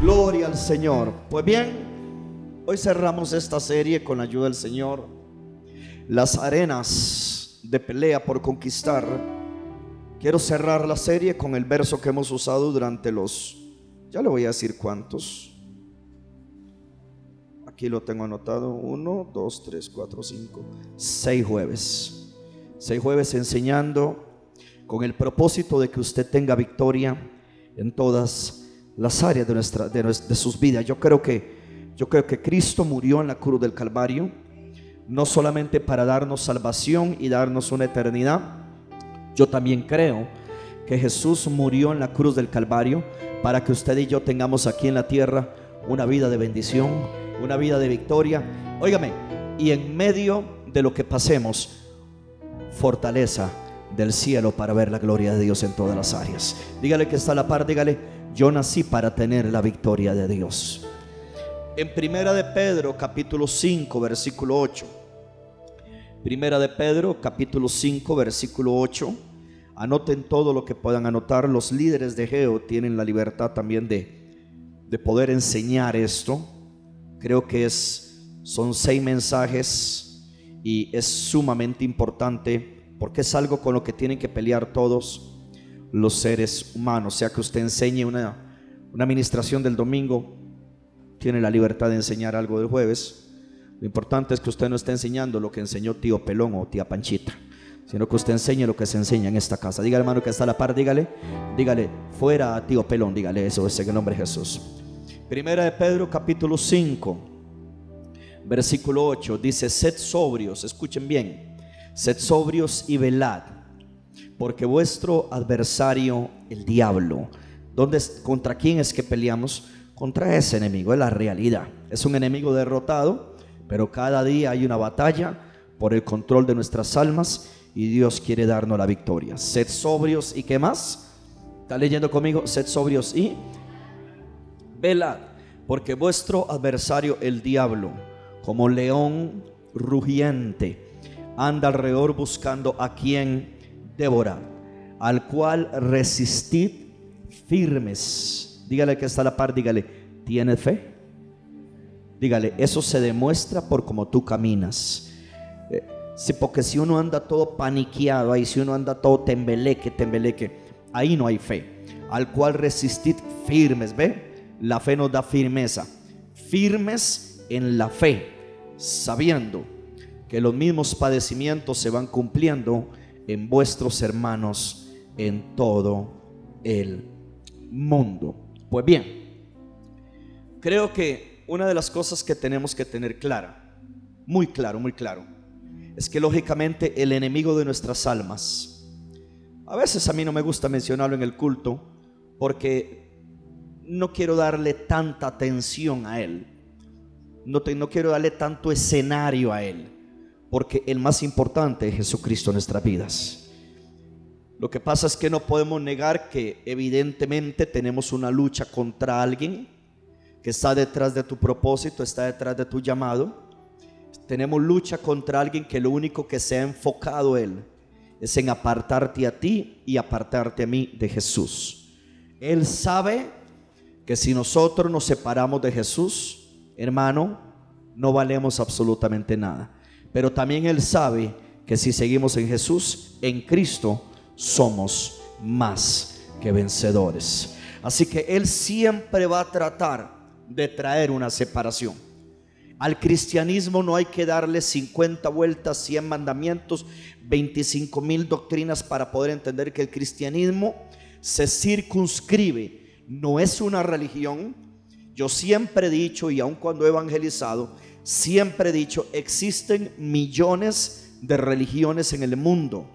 Gloria al Señor. Pues bien, hoy cerramos esta serie con la ayuda del Señor. Las arenas de pelea por conquistar. Quiero cerrar la serie con el verso que hemos usado durante ya le voy a decir cuántos. Aquí lo tengo anotado: 1, 2, 3, 4, 5, 6 jueves. 6 jueves enseñando con el propósito de que usted tenga victoria en todas las áreas de sus vidas. Yo creo que Cristo murió en la cruz del Calvario, no solamente para darnos salvación y darnos una eternidad. Yo también creo que Jesús murió en la cruz del Calvario para que usted y yo tengamos aquí en la tierra una vida de bendición, una vida de victoria. Óigame, y en medio de lo que pasemos, fortaleza del cielo para ver la gloria de Dios en todas las áreas. Dígale que está a la par, dígale: yo nací para tener la victoria de Dios. En Primera de Pedro capítulo 5 versículo 8. Primera de Pedro capítulo 5 versículo 8. Anoten todo lo que puedan anotar. Los líderes de Geo tienen la libertad también de poder enseñar esto. Creo que son 6 mensajes y es sumamente importante, porque es algo con lo que tienen que pelear todos los seres humanos. Sea que usted enseñe una administración del domingo, tiene la libertad de enseñar algo del jueves. Lo importante es que usted no esté enseñando lo que enseñó tío Pelón o tía Panchita, sino que usted enseñe lo que se enseña en esta casa. Dígale, hermano, que está a la par, dígale fuera a tío Pelón, dígale eso, en el nombre de Jesús. Primera de Pedro capítulo 5 versículo 8 dice: sed sobrios, escuchen bien, sed sobrios y velad, porque vuestro adversario, el diablo, ¿contra quién es que peleamos? Contra ese enemigo, es la realidad. Es un enemigo derrotado, pero cada día hay una batalla por el control de nuestras almas y Dios quiere darnos la victoria. Sed sobrios y ¿qué más? ¿Está leyendo conmigo? Sed sobrios y velad, porque vuestro adversario, el diablo, como león rugiente, anda alrededor buscando a quien devorar, al cual resistid firmes. Dígale que está a la par, dígale: ¿tienes fe? Dígale: eso se demuestra por cómo tú caminas. Sí, porque si uno anda todo paniqueado ahí, si uno anda todo tembeleque, ahí no hay fe. Al cual resistid firmes. ¿Ve? La fe nos da firmeza. Firmes en la fe, sabiendo que los mismos padecimientos se van cumpliendo en vuestros hermanos en todo el mundo. Pues bien, creo que una de las cosas que tenemos que tener clara, muy claro, es que lógicamente el enemigo de nuestras almas, a veces a mí no me gusta mencionarlo en el culto, porque no quiero darle tanta atención a él, no quiero darle tanto escenario a él, porque el más importante es Jesucristo en nuestras vidas. Lo que pasa es que no podemos negar que evidentemente tenemos una lucha contra alguien que está detrás de tu propósito, está detrás de tu llamado. Tenemos lucha contra alguien que lo único que se ha enfocado él es en apartarte a ti y apartarte a mí de Jesús. Él sabe que si nosotros nos separamos de Jesús, hermano, no valemos absolutamente nada. Pero también él sabe que si seguimos en Jesús, en Cristo, somos más que vencedores. Así que él siempre va a tratar de traer una separación. Al cristianismo no hay que darle 50 vueltas, 100 mandamientos, 25,000 doctrinas para poder entender que el cristianismo se circunscribe, no es una religión. Yo siempre he dicho, y aun cuando he evangelizado, siempre he dicho: existen millones de religiones en el mundo,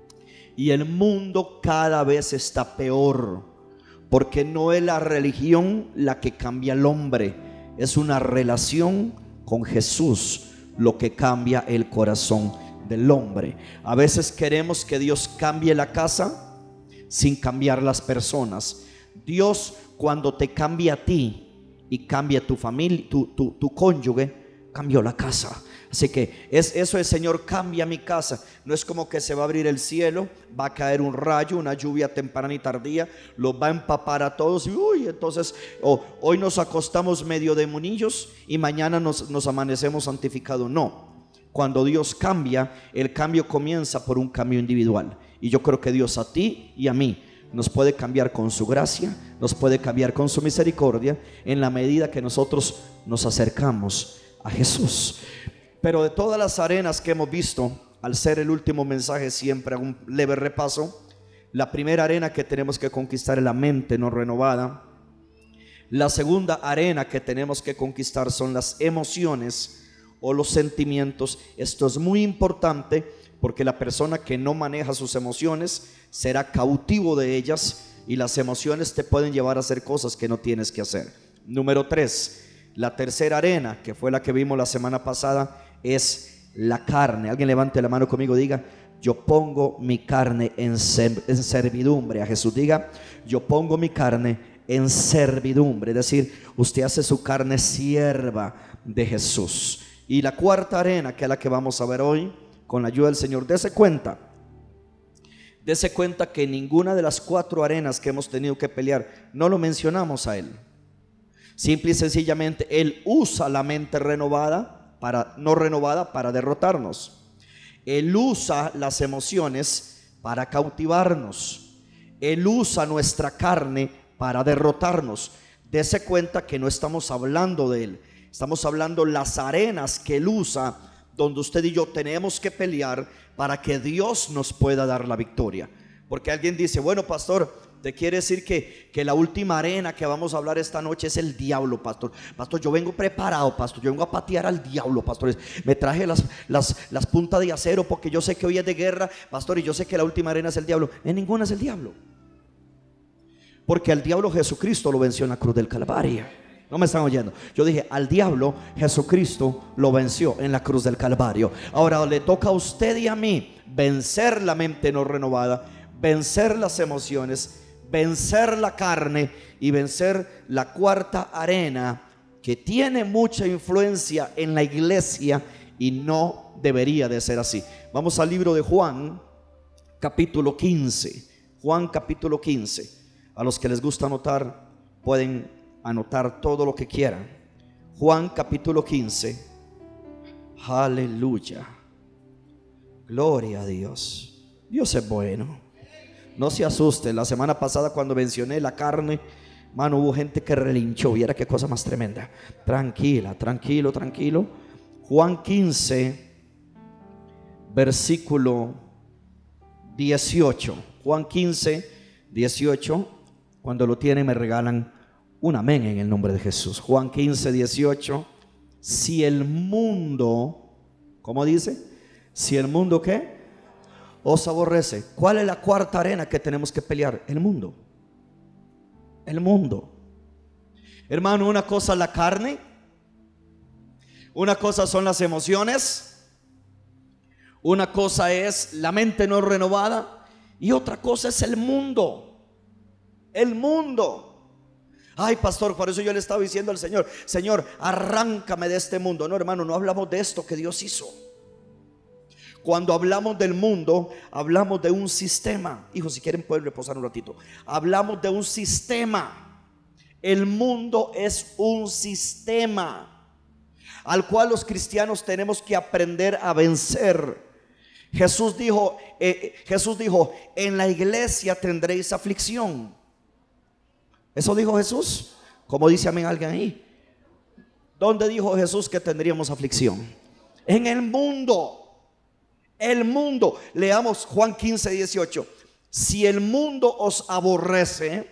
y el mundo cada vez está peor, porque no es la religión la que cambia al hombre, es una relación con Jesús lo que cambia el corazón del hombre. A veces queremos que Dios cambie la casa sin cambiar las personas. Dios, cuando te cambia a ti y cambia tu familia, tu cónyuge, cambió la casa. Así que eso es: Señor, cambia mi casa. No es como que se va a abrir el cielo, va a caer un rayo, una lluvia temprana y tardía, los va a empapar a todos y entonces hoy nos acostamos medio demonillos y mañana nos amanecemos santificados. No, cuando Dios cambia, el cambio comienza por un cambio individual. Y yo creo que Dios a ti y a mí nos puede cambiar con su gracia, nos puede cambiar con su misericordia, en la medida que nosotros nos acercamos a Jesús. Pero de todas las arenas que hemos visto, al ser el último mensaje siempre hago un leve repaso. La primera arena que tenemos que conquistar es la mente no renovada. La segunda arena que tenemos que conquistar son las emociones o los sentimientos. Esto es muy importante, porque la persona que no maneja sus emociones será cautivo de ellas, y las emociones te pueden llevar a hacer cosas que no tienes que hacer. Número 3, la tercera arena, que fue la que vimos la semana pasada, es la carne. Alguien levante la mano conmigo, diga: yo pongo mi carne en servidumbre a Jesús. Diga: yo pongo mi carne en servidumbre. Es decir, usted hace su carne sierva de Jesús. Y la cuarta arena, que es la que vamos a ver hoy, con la ayuda del Señor, dese cuenta que ninguna de las 4 arenas que hemos tenido que pelear no lo mencionamos a Él. Simple y sencillamente Él usa la mente no renovada para derrotarnos. Él usa las emociones para cautivarnos. Él usa nuestra carne para derrotarnos. Dese cuenta que no estamos hablando de Él, estamos hablando las arenas que Él usa, donde usted y yo tenemos que pelear para que Dios nos pueda dar la victoria. Porque alguien dice: bueno, pastor, te quiere decir que la última arena que vamos a hablar esta noche es el diablo, pastor. Pastor, yo vengo preparado, pastor, yo vengo a patear al diablo, pastor. Me traje las puntas de acero porque yo sé que hoy es de guerra, pastor, y yo sé que la última arena es el diablo. En ninguna es el diablo, porque al diablo Jesucristo lo venció en la cruz del Calvario. No me están oyendo. Yo dije: al diablo Jesucristo lo venció en la cruz del Calvario. Ahora le toca a usted y a mí vencer la mente no renovada, vencer las emociones, vencer la carne y vencer la cuarta arena, que tiene mucha influencia en la iglesia y no debería de ser así. Vamos al libro de Juan, capítulo 15. Juan, capítulo 15. A los que les gusta anotar, pueden anotar todo lo que quieran. Juan, capítulo 15. Aleluya. Gloria a Dios. Dios es bueno. No se asuste. La semana pasada, cuando mencioné la carne, mano, hubo gente que relinchó. Viera qué cosa más tremenda. Tranquila, tranquilo, tranquilo. Juan 15, versículo 18. Juan 15, 18. Cuando lo tienen, me regalan un amén en el nombre de Jesús. Juan 15, 18. Si el mundo, ¿cómo dice? Si el mundo, ¿qué? Os aborrece. ¿Cuál es la cuarta arena que tenemos que pelear? El mundo. El mundo. Hermano, una cosa es la carne, una cosa son las emociones, una cosa es la mente no renovada, y otra cosa es el mundo. El mundo. Ay, pastor, por eso yo le estaba diciendo al Señor: Señor, arráncame de este mundo. No, hermano, no hablamos de esto que Dios hizo. Cuando hablamos del mundo, hablamos de un sistema. Hijos, si quieren pueden reposar un ratito. Hablamos de un sistema. El mundo es un sistema al cual los cristianos tenemos que aprender a vencer. Jesús dijo, en la iglesia tendréis aflicción. Eso dijo Jesús. Como dice amén alguien ahí. ¿Dónde dijo Jesús que tendríamos aflicción? En el mundo. El mundo. Leamos Juan 15, 18. Si el mundo os aborrece,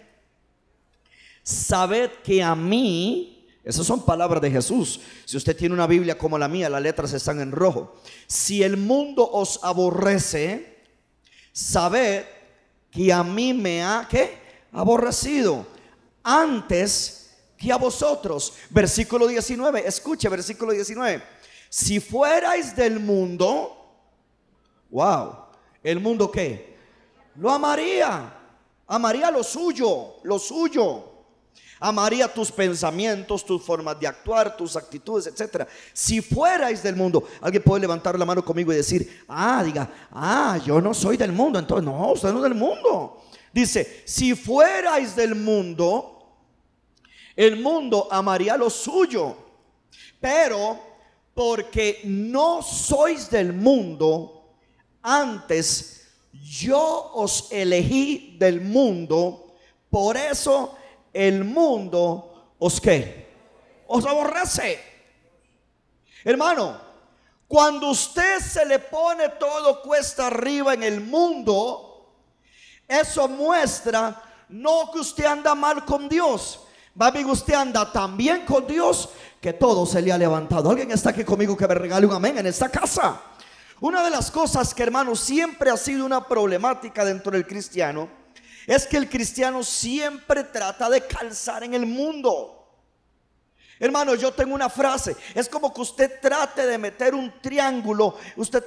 sabed que a mí, esas son palabras de Jesús. Si usted tiene una Biblia como la mía, las letras están en rojo. Si el mundo os aborrece, sabed que a mí me ha, ¿qué? Aborrecido antes que a vosotros. Versículo 19, escuche, versículo 19. Si fuerais del mundo, wow, ¿el mundo qué? Lo amaría, amaría lo suyo, lo suyo. Amaría tus pensamientos, tus formas de actuar, tus actitudes, etcétera. Si fuerais del mundo, alguien puede levantar la mano conmigo y decir, yo no soy del mundo. Entonces, no, usted no es del mundo. Dice, si fuerais del mundo, el mundo amaría lo suyo. Pero porque no sois del mundo, antes yo os elegí del mundo, por eso el mundo os ¿qué? Os aborrece. Hermano, cuando usted se le pone todo cuesta arriba en el mundo, eso muestra no que usted anda mal con Dios, va bien, usted anda tan bien con Dios que todo se le ha levantado. Alguien está aquí conmigo que me regale un amén en esta casa. Una de las cosas que, hermano, siempre ha sido una problemática dentro del cristiano es que el cristiano siempre trata de calzar en el mundo. Hermano, yo tengo una frase, es como que usted trate de meter un triángulo,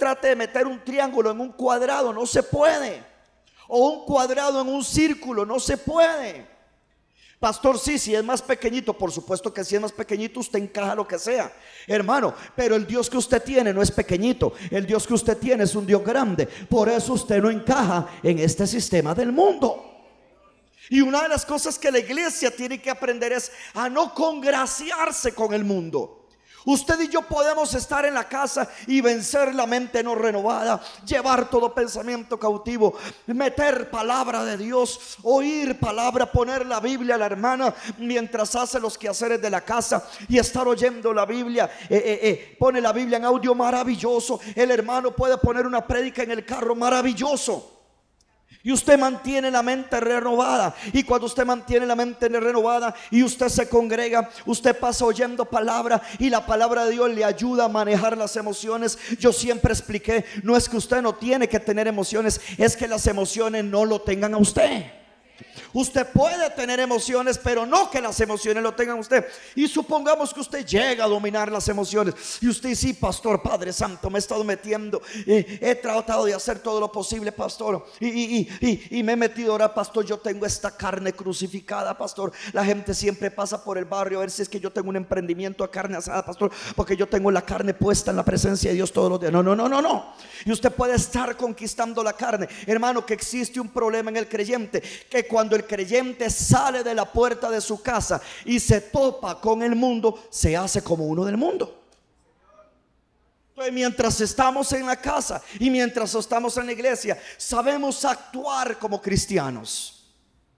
en un cuadrado, no se puede. O un cuadrado en un círculo, no se puede. Pastor, sí, si es más pequeñito, por supuesto que si es más pequeñito usted encaja lo que sea, hermano, pero el Dios que usted tiene no es pequeñito, el Dios que usted tiene es un Dios grande. Por eso usted no encaja en este sistema del mundo. Y una de las cosas que la iglesia tiene que aprender es a no congraciarse con el mundo. Usted y yo podemos estar en la casa y vencer la mente no renovada, llevar todo pensamiento cautivo, meter palabra de Dios, oír palabra, poner la Biblia a la hermana mientras hace los quehaceres de la casa y estar oyendo la Biblia. Pone la Biblia en audio maravilloso. El hermano puede poner una prédica en el carro maravilloso. Y usted mantiene la mente renovada. Y cuando usted mantiene la mente renovada y usted se congrega, usted pasa oyendo palabra y la palabra de Dios le ayuda a manejar las emociones. Yo siempre expliqué, no es que usted no tiene que tener emociones, es que las emociones no lo tengan a usted. Usted puede tener emociones, pero no que las emociones lo tengan usted. Y supongamos que usted llega a dominar las emociones y usted dice, sí, pastor, Padre Santo, me he estado metiendo, he tratado de hacer todo lo posible, pastor, y me he metido ahora, pastor, yo tengo esta carne crucificada, pastor. La gente siempre pasa por el barrio a ver si es que yo tengo un emprendimiento a carne asada, pastor, porque yo tengo la carne puesta en la presencia de Dios todos los días. No. Y usted puede estar conquistando la carne. Hermano, que existe un problema en el creyente, que cuando el creyente sale de la puerta de su casa y se topa con el mundo, se hace como uno del mundo. Entonces, mientras estamos en la casa y mientras estamos en la iglesia, sabemos actuar como cristianos.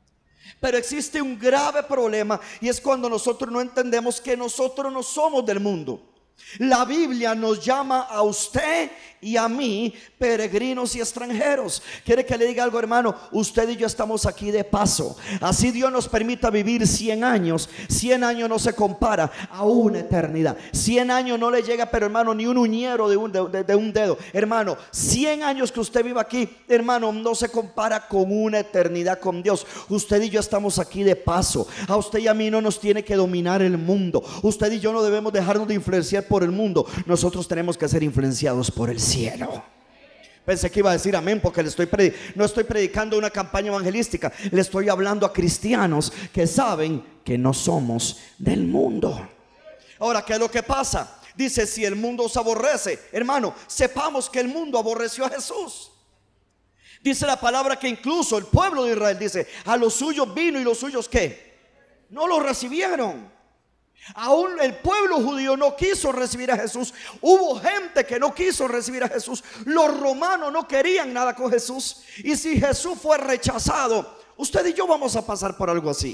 Pero existe un grave problema, y es cuando nosotros no entendemos que nosotros no somos del mundo. La Biblia nos llama a usted y a mí peregrinos y extranjeros. Quiere que le diga algo, hermano, usted y yo estamos aquí de paso. Así Dios nos permita vivir 100 años. 100 años no se compara a una eternidad. 100 años no le llega, pero hermano, ni un uñero de un dedo. Hermano, 100 años que usted viva aquí, hermano, no se compara con una eternidad con Dios. Usted y yo estamos aquí de paso. A usted y a mí no nos tiene que dominar el mundo. Usted y yo no debemos dejarnos de influenciar por el mundo. Nosotros tenemos que ser influenciados por el cielo. Pensé que iba a decir amén, porque no estoy predicando una campaña evangelística. Le estoy hablando a cristianos que saben que no somos del mundo. Ahora, ¿qué es lo que pasa? Dice, si el mundo os aborrece, hermano, sepamos que el mundo aborreció a Jesús. Dice la palabra que incluso el pueblo de Israel, dice, a los suyos vino y los suyos ¿qué? No lo recibieron. Aún el pueblo judío no quiso recibir a Jesús. Hubo gente que no quiso recibir a Jesús. Los romanos no querían nada con Jesús. Y si Jesús fue rechazado, usted y yo vamos a pasar por algo así.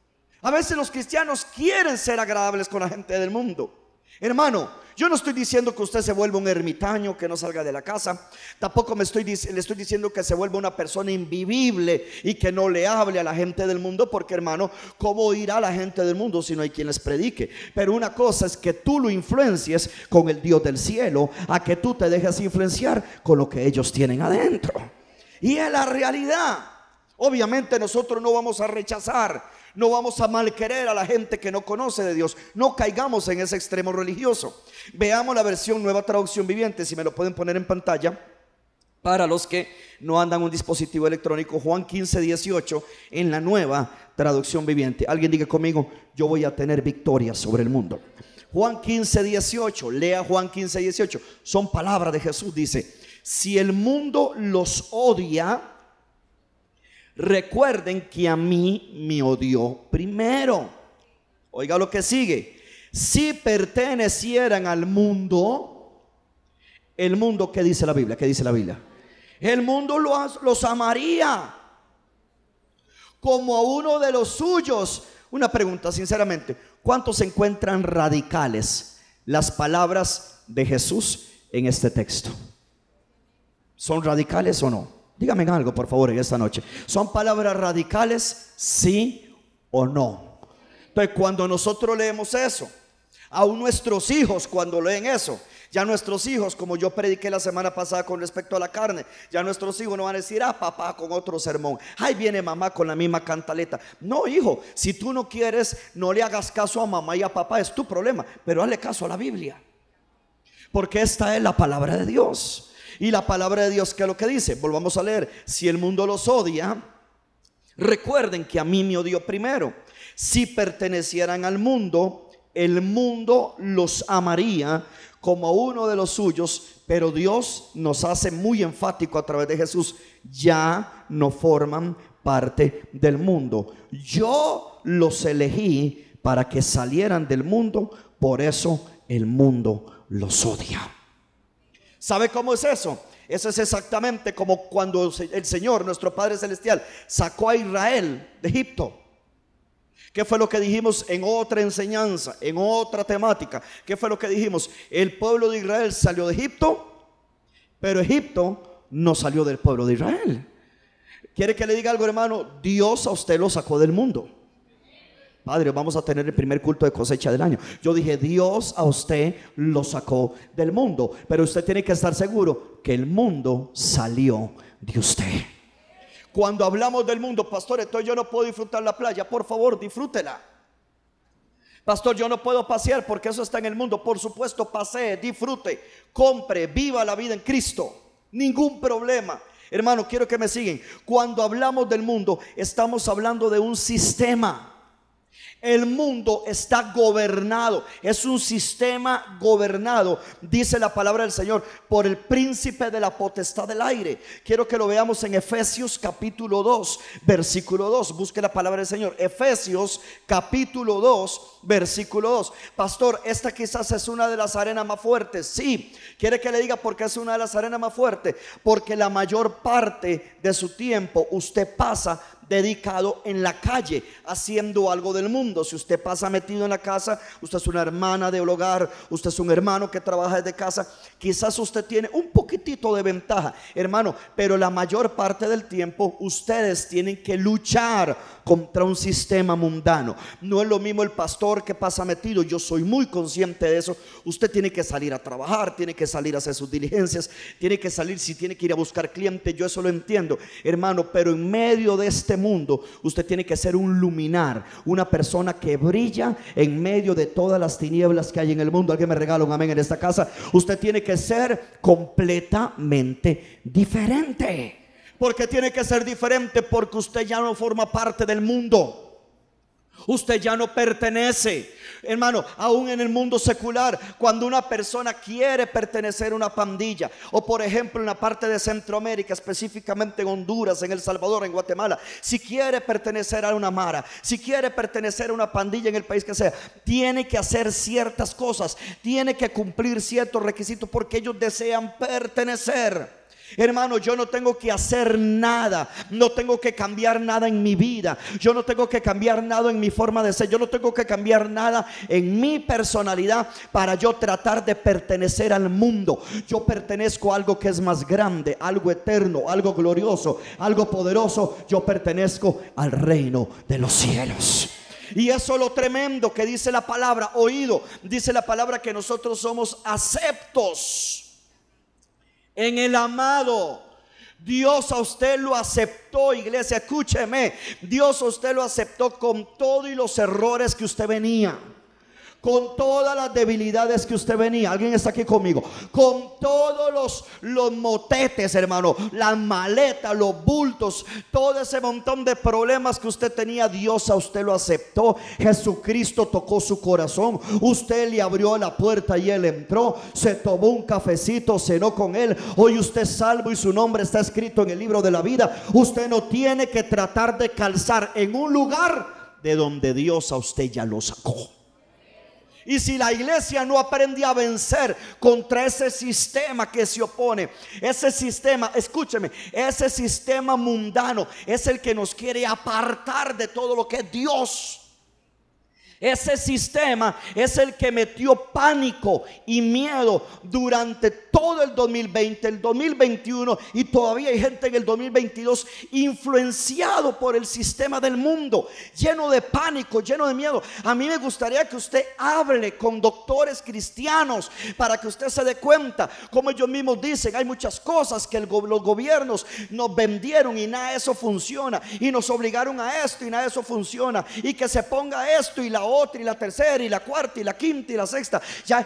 A veces los cristianos quieren ser agradables con la gente del mundo. Hermano, yo no estoy diciendo que usted se vuelva un ermitaño, que no salga de la casa. Tampoco le estoy diciendo que se vuelva una persona invivible y que no le hable a la gente del mundo, porque hermano, ¿cómo irá la gente del mundo si no hay quien les predique? Pero una cosa es que tú lo influencies con el Dios del cielo, a que tú te dejes influenciar con lo que ellos tienen adentro. Y es la realidad. Obviamente nosotros no vamos a rechazar, no vamos a malquerer a la gente que no conoce de Dios. No caigamos en ese extremo religioso. Veamos la versión Nueva Traducción Viviente, si me lo pueden poner en pantalla. Para los que no andan un dispositivo electrónico, Juan 15:18 en la Nueva Traducción Viviente. Alguien diga conmigo: yo voy a tener victoria sobre el mundo. Juan 15:18, lea Juan 15:18. Son palabras de Jesús. Dice: si el mundo los odia, recuerden que a mí me odió primero. Oiga lo que sigue: si pertenecieran al mundo, el mundo, ¿qué dice la Biblia? ¿Qué dice la Biblia? El mundo los amaría como a uno de los suyos. Una pregunta, sinceramente: ¿cuántos encuentran radicales las palabras de Jesús en este texto? ¿Son radicales o no? Díganme algo, por favor, en esta noche. ¿Son palabras radicales, sí o no? Entonces, cuando nosotros leemos eso, aún nuestros hijos cuando leen eso, ya nuestros hijos, como yo prediqué la semana pasada con respecto a la carne, ya nuestros hijos no van a decir: ah, papá con otro sermón, ahí viene mamá con la misma cantaleta. No, hijo, si tú no quieres, no le hagas caso a mamá y a papá, es tu problema, pero hazle caso a la Biblia, porque esta es la palabra de Dios. Y la palabra de Dios, ¿qué es lo que dice? Volvamos a leer: si el mundo los odia, recuerden que a mí me odió primero. Si pertenecieran al mundo, el mundo los amaría como a uno de los suyos, pero Dios nos hace muy enfático a través de Jesús: ya no forman parte del mundo. Yo los elegí para que salieran del mundo, por eso el mundo los odia. ¿Sabe cómo es eso? Eso es exactamente como cuando el Señor, nuestro Padre Celestial, sacó a Israel de Egipto. ¿Qué fue lo que dijimos en otra enseñanza, en otra temática? ¿Qué fue lo que dijimos? El pueblo de Israel salió de Egipto, pero Egipto no salió del pueblo de Israel. ¿Quiere que le diga algo, hermano? Dios a usted lo sacó del mundo. Padre, vamos a tener el primer culto de cosecha del año. Yo dije: Dios a usted lo sacó del mundo, pero usted tiene que estar seguro que el mundo salió de usted. Cuando hablamos del mundo: pastor, entonces yo no puedo disfrutar la playa. Por favor, disfrútela. Pastor, yo no puedo pasear porque eso está en el mundo. Por supuesto, pasee, disfrute, compre, viva la vida en Cristo. Ningún problema. Hermano, quiero que me siguen. Cuando hablamos del mundo, estamos hablando de un sistema. El mundo está gobernado, es un sistema gobernado, dice la palabra del Señor, por el príncipe de la potestad del aire. Quiero que lo veamos en Efesios capítulo 2, versículo 2. Busque la palabra del Señor. Efesios capítulo 2, versículo 2. Pastor, esta quizás es una de las arenas más fuertes. Sí, quiere que le diga por qué es una de las arenas más fuertes. Porque la mayor parte de su tiempo usted pasa dedicado en la calle, haciendo algo del mundo. Si usted pasa metido en la casa, usted es una hermana del hogar, usted es un hermano que trabaja desde casa, quizás usted tiene un poquitito de ventaja, hermano, pero la mayor parte del tiempo ustedes tienen que luchar contra un sistema mundano. No es lo mismo el pastor que pasa metido, yo soy muy consciente de eso. Usted tiene que salir a trabajar, tiene que salir a hacer sus diligencias, tiene que salir, si tiene que ir a buscar clientes, yo eso lo entiendo, hermano, pero en medio de este mundo usted tiene que ser un luminar, una persona que brilla en medio de todas las tinieblas que hay en el mundo. Alguien me regala un amén en esta casa. Usted tiene que ser completamente diferente. Porque tiene que ser diferente, porque usted ya no forma parte del mundo. Usted ya no pertenece, hermano, aún en el mundo secular. Cuando una persona quiere pertenecer a una pandilla, o por ejemplo en la parte de Centroamérica, específicamente en Honduras, en El Salvador, en Guatemala, si quiere pertenecer a una mara, si quiere pertenecer a una pandilla en el país que sea, tiene que hacer ciertas cosas, tiene que cumplir ciertos requisitos, porque ellos desean pertenecer. Hermano, yo no tengo que hacer nada, no tengo que cambiar nada en mi vida, yo no tengo que cambiar nada en mi forma de ser, yo no tengo que cambiar nada en mi personalidad para yo tratar de pertenecer al mundo. Yo pertenezco a algo que es más grande, algo eterno, algo glorioso, algo poderoso. Yo pertenezco al reino de los cielos. Y eso es lo tremendo que dice la palabra, oído, dice la palabra que nosotros somos aceptos en el amado. Dios a usted lo aceptó, iglesia, escúcheme. Dios a usted lo aceptó con todo y los errores que usted venía, con todas las debilidades que usted venía. ¿Alguien está aquí conmigo? Con todos los motetes, hermano, las maletas, los bultos, todo ese montón de problemas que usted tenía, Dios a usted lo aceptó. Jesucristo tocó su corazón, usted le abrió la puerta y él entró, se tomó un cafecito, cenó con él. Hoy usted es salvo y su nombre está escrito en el libro de la vida. Usted no tiene que tratar de calzar en un lugar de donde Dios a usted ya lo sacó. Y si la iglesia no aprende a vencer contra ese sistema que se opone, ese sistema, escúcheme, ese sistema mundano es el que nos quiere apartar de todo lo que es Dios. Ese sistema es el que metió pánico y miedo durante todo el 2020, el 2021, y todavía hay gente en el 2022 influenciado por el sistema del mundo, lleno de pánico, lleno de miedo. A mí me gustaría que usted hable con doctores cristianos para que usted se dé cuenta, como ellos mismos dicen, hay muchas cosas que los gobiernos nos vendieron y nada de eso funciona, y nos obligaron a esto y nada de eso funciona, y que se ponga esto y la otra y la tercera y la cuarta y la quinta y la sexta.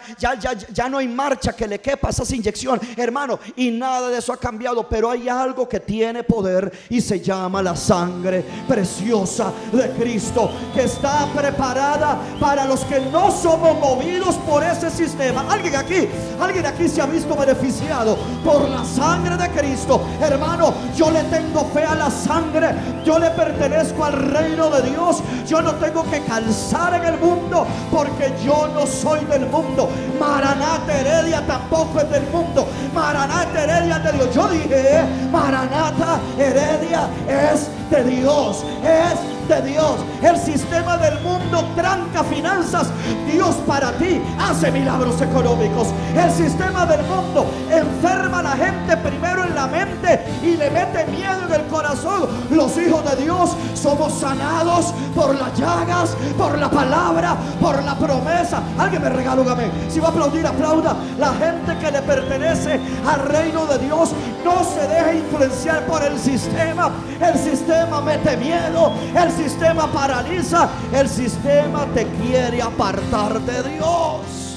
Ya no hay marcha que le quepa esas inyección, hermano, y nada de eso ha cambiado. Pero hay algo que tiene poder y se llama la sangre preciosa de Cristo, que está preparada para los que no somos movidos por ese sistema. Alguien aquí se ha visto beneficiado por la sangre de Cristo. Hermano, yo le tengo fe a la sangre, yo le pertenezco al reino de Dios. Yo no tengo que calzar en el mundo, porque yo no soy del mundo. Maranata Heredia tampoco es del mundo. Maranata Heredia es de Dios. Yo dije, Maranata Heredia es de Dios, es de Dios. El sistema del mundo tranca finanzas, Dios para ti hace milagros económicos. El sistema del mundo enferma a la gente primero en la mente y le mete miedo en el corazón. Los hijos de Dios somos sanados por las llagas, por la palabra, por la promesa. Alguien me regala un amén. Si va a aplaudir, aplauda. La gente que le pertenece al reino de Dios no se deja influenciar por el sistema. El sistema mete miedo, el sistema paraliza, el sistema te quiere apartar de Dios.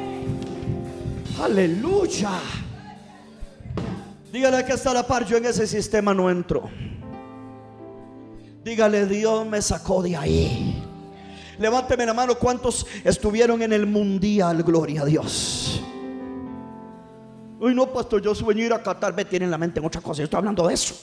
Aleluya. Dígale que está a la par, yo en ese sistema no entro. Dígale, Dios me sacó de ahí. Levánteme la mano, ¿cuántos estuvieron en el mundial? Gloria a Dios. Uy, no, pastor, yo sueño ir a Qatar. Me tiene en la mente muchas cosas, yo estoy hablando de eso.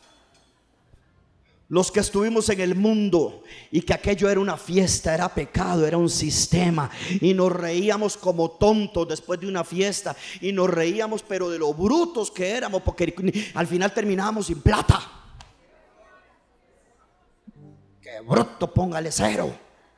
Los que estuvimos en el mundo y que aquello era una fiesta, era pecado, era un sistema, y nos reíamos como tontos después de una fiesta, y nos reíamos pero de lo brutos que éramos, porque al final terminábamos sin plata. Qué bruto, póngale cero.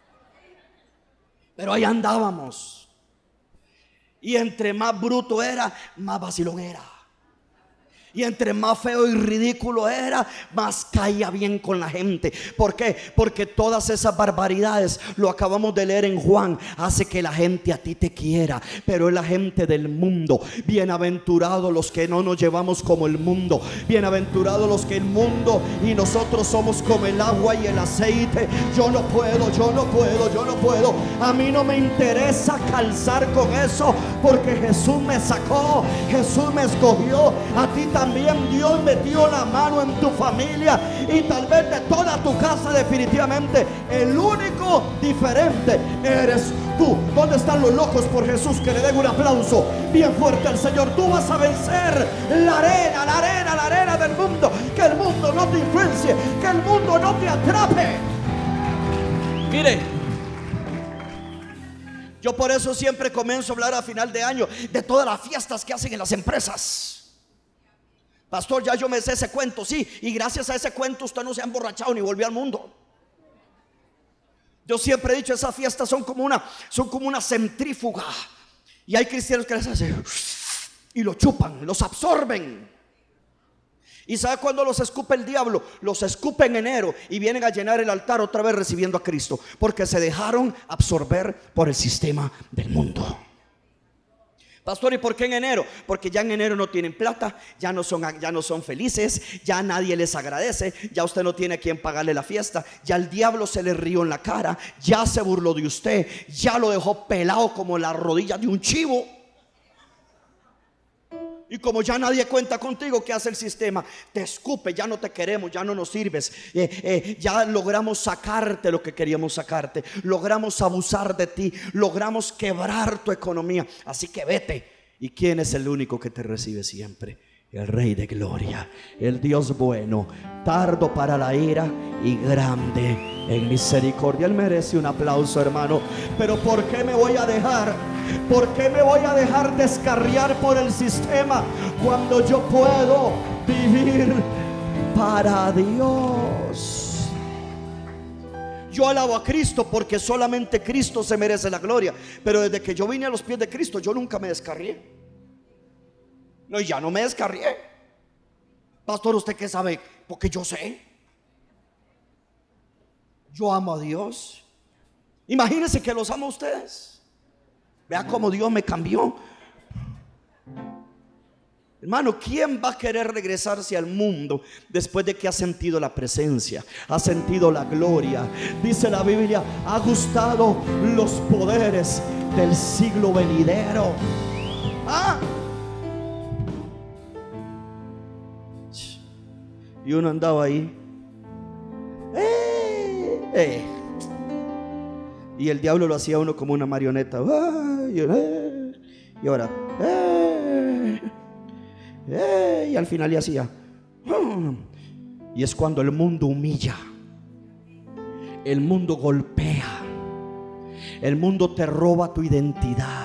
Pero ahí andábamos, y entre más bruto era, más vacilón era. Y entre más feo y ridículo era, más caía bien con la gente. ¿Por qué? Porque todas esas barbaridades, lo acabamos de leer en Juan, hace que la gente a ti te quiera. Pero es la gente del mundo. Bienaventurados los que no nos llevamos como el mundo. Bienaventurados los que el mundo y nosotros somos como el agua y el aceite. Yo no puedo. A mí no me interesa calzar con eso, porque Jesús me sacó, Jesús me escogió. A ti también Dios metió la mano en tu familia, y tal vez de toda tu casa definitivamente el único diferente eres tú. ¿Dónde están los locos por Jesús? Que le den un aplauso bien fuerte al Señor. Tú vas a vencer la arena del mundo. Que el mundo no te influencie, que el mundo no te atrape. Mire, yo por eso siempre comienzo a hablar a final de año de todas las fiestas que hacen en las empresas. Pastor, ya yo me sé ese cuento, sí, y gracias a ese cuento usted no se ha emborrachado ni volvió al mundo. Yo siempre he dicho, esas fiestas son como una centrífuga, y hay cristianos que les hacen y lo chupan, los absorben. ¿Y sabe cuándo los escupe el diablo? Los escupe en enero y vienen a llenar el altar otra vez recibiendo a Cristo, porque se dejaron absorber por el sistema del mundo. Pastor, ¿y por qué en enero? Porque ya en enero no tienen plata, ya no son felices, ya nadie les agradece, ya usted no tiene a quien pagarle la fiesta, ya el diablo se le rió en la cara, ya se burló de usted, ya lo dejó pelado como la rodilla de un chivo. Y como ya nadie cuenta contigo, ¿qué hace el sistema? Te escupe, ya no te queremos, ya no nos sirves. Ya logramos sacarte lo que queríamos sacarte. Logramos abusar de ti. Logramos quebrar tu economía. Así que vete. ¿Y quién es el único que te recibe siempre? El Rey de Gloria, el Dios bueno, tardo para la ira y grande en misericordia. Él merece un aplauso, hermano. Pero ¿por qué me voy a dejar? ¿Por qué me voy a dejar descarriar por el sistema cuando yo puedo vivir para Dios? Yo alabo a Cristo porque solamente Cristo se merece la gloria. Pero desde que yo vine a los pies de Cristo, yo nunca me descarrié. No, ya no me descarrié. Pastor, ¿usted qué sabe? Porque yo sé. Yo amo a Dios. Imagínense que los amo a ustedes. Vea cómo Dios me cambió. Hermano, ¿quién va a querer regresarse al mundo después de que ha sentido la presencia, ha sentido la gloria? Dice la Biblia, ha gustado los poderes del siglo venidero. Y uno andaba ahí. Y el diablo lo hacía a uno como una marioneta. Y ahora. Y al final le hacía. Y es cuando el mundo humilla. El mundo golpea. El mundo te roba tu identidad.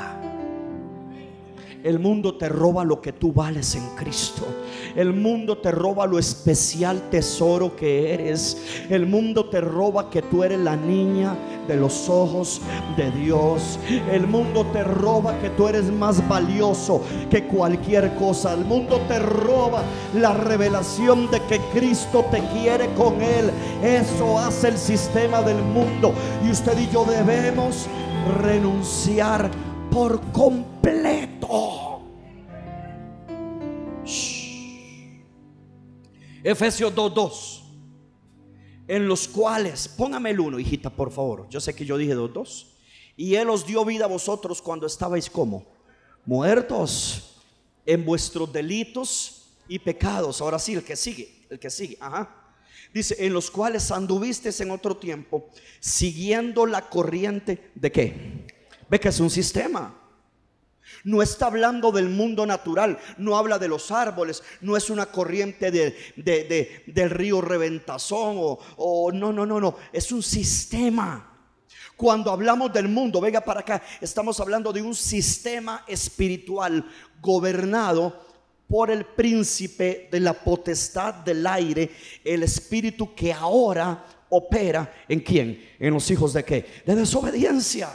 El mundo te roba lo que tú vales en Cristo. El mundo te roba lo especial tesoro que eres. El mundo te roba que tú eres la niña de los ojos de Dios. El mundo te roba que tú eres más valioso que cualquier cosa. El mundo te roba la revelación de que Cristo te quiere con Él. Eso hace el sistema del mundo. Y usted y yo debemos renunciar por completo. Efesios 2:2, en los cuales, póngame el 1, hijita, por favor. Yo sé que yo dije 2:2. Y Él os dio vida a vosotros cuando estabais como muertos en vuestros delitos y pecados. Ahora sí, el que sigue. Dice, en los cuales anduvisteis en otro tiempo, siguiendo la corriente de ¿qué? Ve que es un sistema. No está hablando del mundo natural, no habla de los árboles, no es una corriente del río Reventazón no, es un sistema. Cuando hablamos del mundo, venga para acá, estamos hablando de un sistema espiritual gobernado por el príncipe de la potestad del aire, el espíritu que ahora opera ¿en quién? En los hijos de ¿qué? De desobediencia.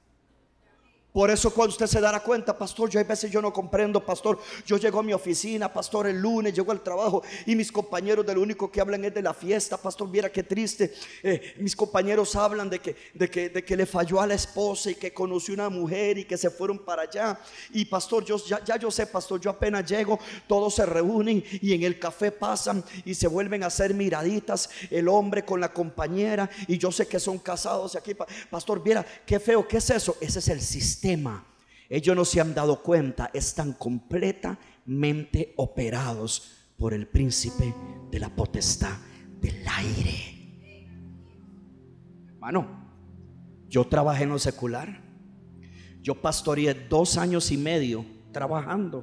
Por eso cuando usted se dará cuenta, pastor, yo hay veces yo no comprendo, pastor. Yo llego a mi oficina, pastor, el lunes llego al trabajo y mis compañeros de lo único que hablan es de la fiesta. Pastor, viera qué triste. Mis compañeros hablan de que le falló a la esposa y que conoció una mujer y que se fueron para allá. Y pastor, yo sé, pastor, yo apenas llego, todos se reúnen y en el café pasan y se vuelven a hacer miraditas, el hombre con la compañera, y yo sé que son casados aquí. Pastor, viera qué feo, ¿qué es eso? Ese es el sistema. Ellos no se han dado cuenta, están completamente operados por el príncipe de la potestad del aire. Hermano, yo trabajé en lo secular. Yo pastoreé 2 años y medio trabajando.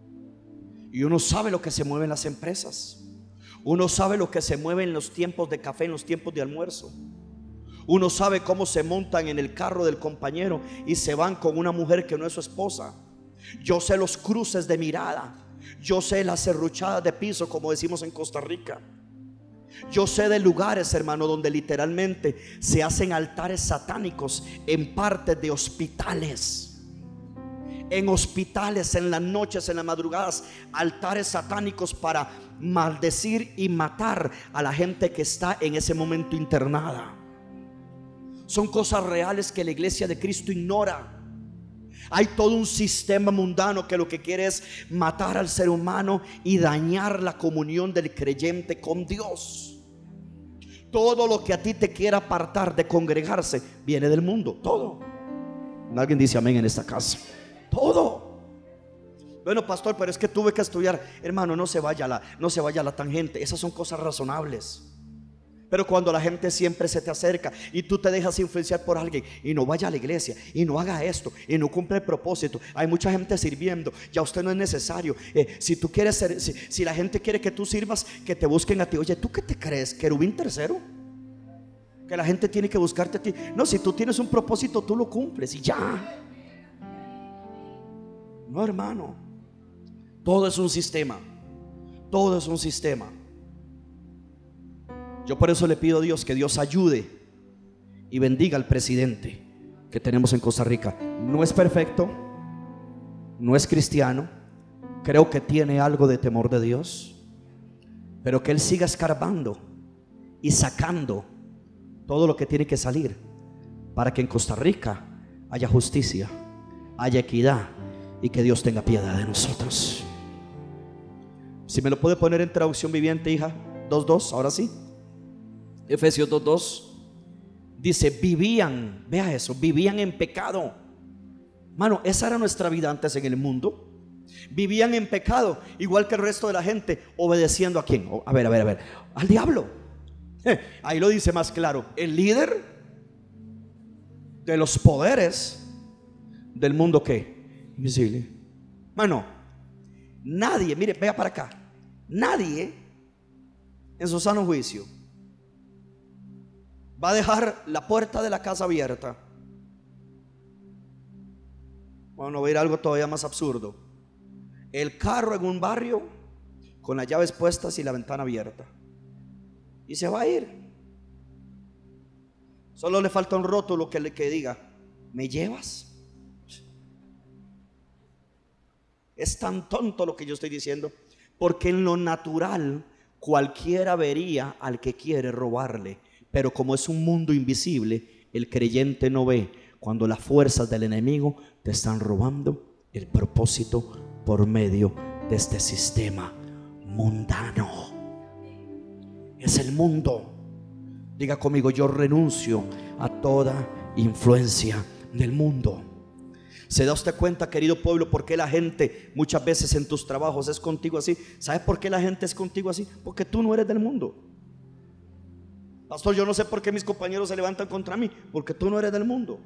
Y uno sabe lo que se mueve en las empresas. Uno sabe lo que se mueve en los tiempos de café, en los tiempos de almuerzo. Uno sabe cómo se montan en el carro del compañero y se van con una mujer que no es su esposa. Yo sé los cruces de mirada. Yo sé las serruchadas de piso, como decimos en Costa Rica. Yo sé de lugares, hermano, donde literalmente se hacen altares satánicos en partes de hospitales. En hospitales, en las noches, en las madrugadas, altares satánicos para maldecir y matar a la gente que está en ese momento internada. Son cosas reales que la iglesia de Cristo ignora. Hay todo un sistema mundano que lo que quiere es matar al ser humano y dañar la comunión del creyente con Dios. Todo lo que a ti te quiera apartar de congregarse viene del mundo, todo. Alguien dice amén en esta casa. Todo. Bueno, pastor, pero es que tuve que estudiar. Hermano, no se vaya a la tangente. Esas son cosas razonables. Pero cuando la gente siempre se te acerca y tú te dejas influenciar por alguien y no vaya a la iglesia y no haga esto y no cumple el propósito, hay mucha gente sirviendo, ya usted no es necesario. Si tú quieres ser, si la gente quiere que tú sirvas, que te busquen a ti. Oye, ¿tú qué te crees? ¿Querubín tercero? Que la gente tiene que buscarte a ti. No, si tú tienes un propósito, tú lo cumples y ya. No, hermano, todo es un sistema. Todo es un sistema. Yo por eso le pido a Dios que Dios ayude y bendiga al presidente que tenemos en Costa Rica. No es perfecto, no es cristiano, creo que tiene algo de temor de Dios, pero que él siga escarbando y sacando todo lo que tiene que salir para que en Costa Rica haya justicia, haya equidad y que Dios tenga piedad de nosotros. Si me lo puede poner en traducción viviente, hija. 2:2, ahora sí. Efesios 2:2 dice: vivían, vea eso, vivían en pecado. Mano, esa era nuestra vida antes en el mundo. Vivían en pecado, igual que el resto de la gente. ¿Obedeciendo a quién? A ver, al diablo. Ahí lo dice más claro: el líder de los poderes del mundo, ¿qué? Invisible. Mano, nadie, mire, vea para acá, nadie en su sano juicio va a dejar la puerta de la casa abierta. Bueno, va a ir algo todavía más absurdo: el carro en un barrio con las llaves puestas y la ventana abierta, y se va a ir. Solo le falta un rótulo que diga: ¿me llevas? Es tan tonto lo que yo estoy diciendo, porque en lo natural cualquiera vería al que quiere robarle. Pero como es un mundo invisible, el creyente no ve cuando las fuerzas del enemigo te están robando el propósito por medio de este sistema mundano. Es el mundo. Diga conmigo: yo renuncio a toda influencia del mundo. ¿Se da usted cuenta, querido pueblo, por qué la gente muchas veces en tus trabajos es contigo así? ¿Sabes por qué la gente es contigo así? Porque tú no eres del mundo. Pastor, yo no sé por qué mis compañeros se levantan contra mí, porque tú no eres del mundo.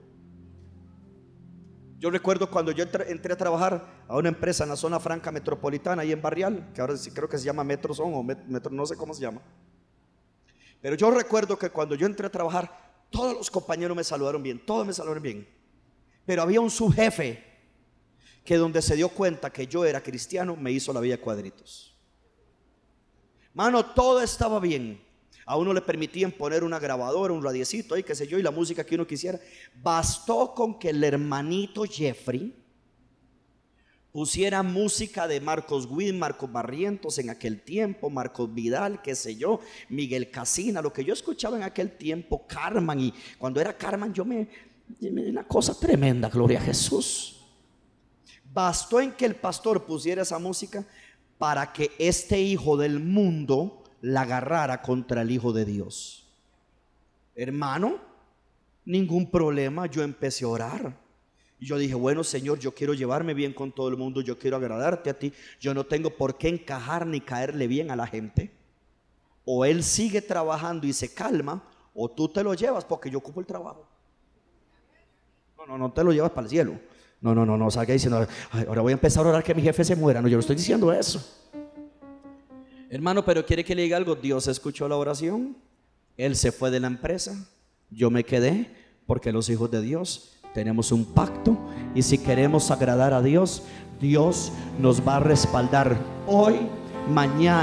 Yo recuerdo cuando yo entré a trabajar a una empresa en la zona franca metropolitana, ahí en Barrial, que ahora sí creo que se llama Metrozón o Metro, no sé cómo se llama. Pero yo recuerdo que cuando yo entré a trabajar, todos los compañeros me saludaron bien, todos me saludaron bien. Pero había un subjefe que, donde se dio cuenta que yo era cristiano, me hizo la vida de cuadritos. Mano, todo estaba bien. A uno le permitían poner una grabadora, un radiecito ahí, qué sé yo, y la música que uno quisiera. Bastó con que el hermanito Jeffrey pusiera música de Marcos Witt, Marcos Barrientos en aquel tiempo, Marcos Vidal, qué sé yo, Miguel Casina, lo que yo escuchaba en aquel tiempo, Carmen. Y cuando era Carmen, una cosa tremenda, gloria a Jesús. Bastó en que el pastor pusiera esa música para que este hijo del mundo la agarrara contra el Hijo de Dios. Hermano, ningún problema. Yo empecé a orar y yo dije: bueno, Señor, yo quiero llevarme bien con todo el mundo, yo quiero agradarte a ti. Yo no tengo por qué encajar ni caerle bien a la gente. O él sigue trabajando y se calma, o tú te lo llevas, porque yo ocupo el trabajo. No te lo llevas para el cielo. No, salga diciendo: ay, ahora voy a empezar a orar que mi jefe se muera. No, yo no estoy diciendo eso. Hermano, pero quiere que le diga algo: Dios escuchó la oración, él se fue de la empresa, yo me quedé, porque los hijos de Dios tenemos un pacto, y si queremos agradar a Dios, Dios nos va a respaldar hoy, mañana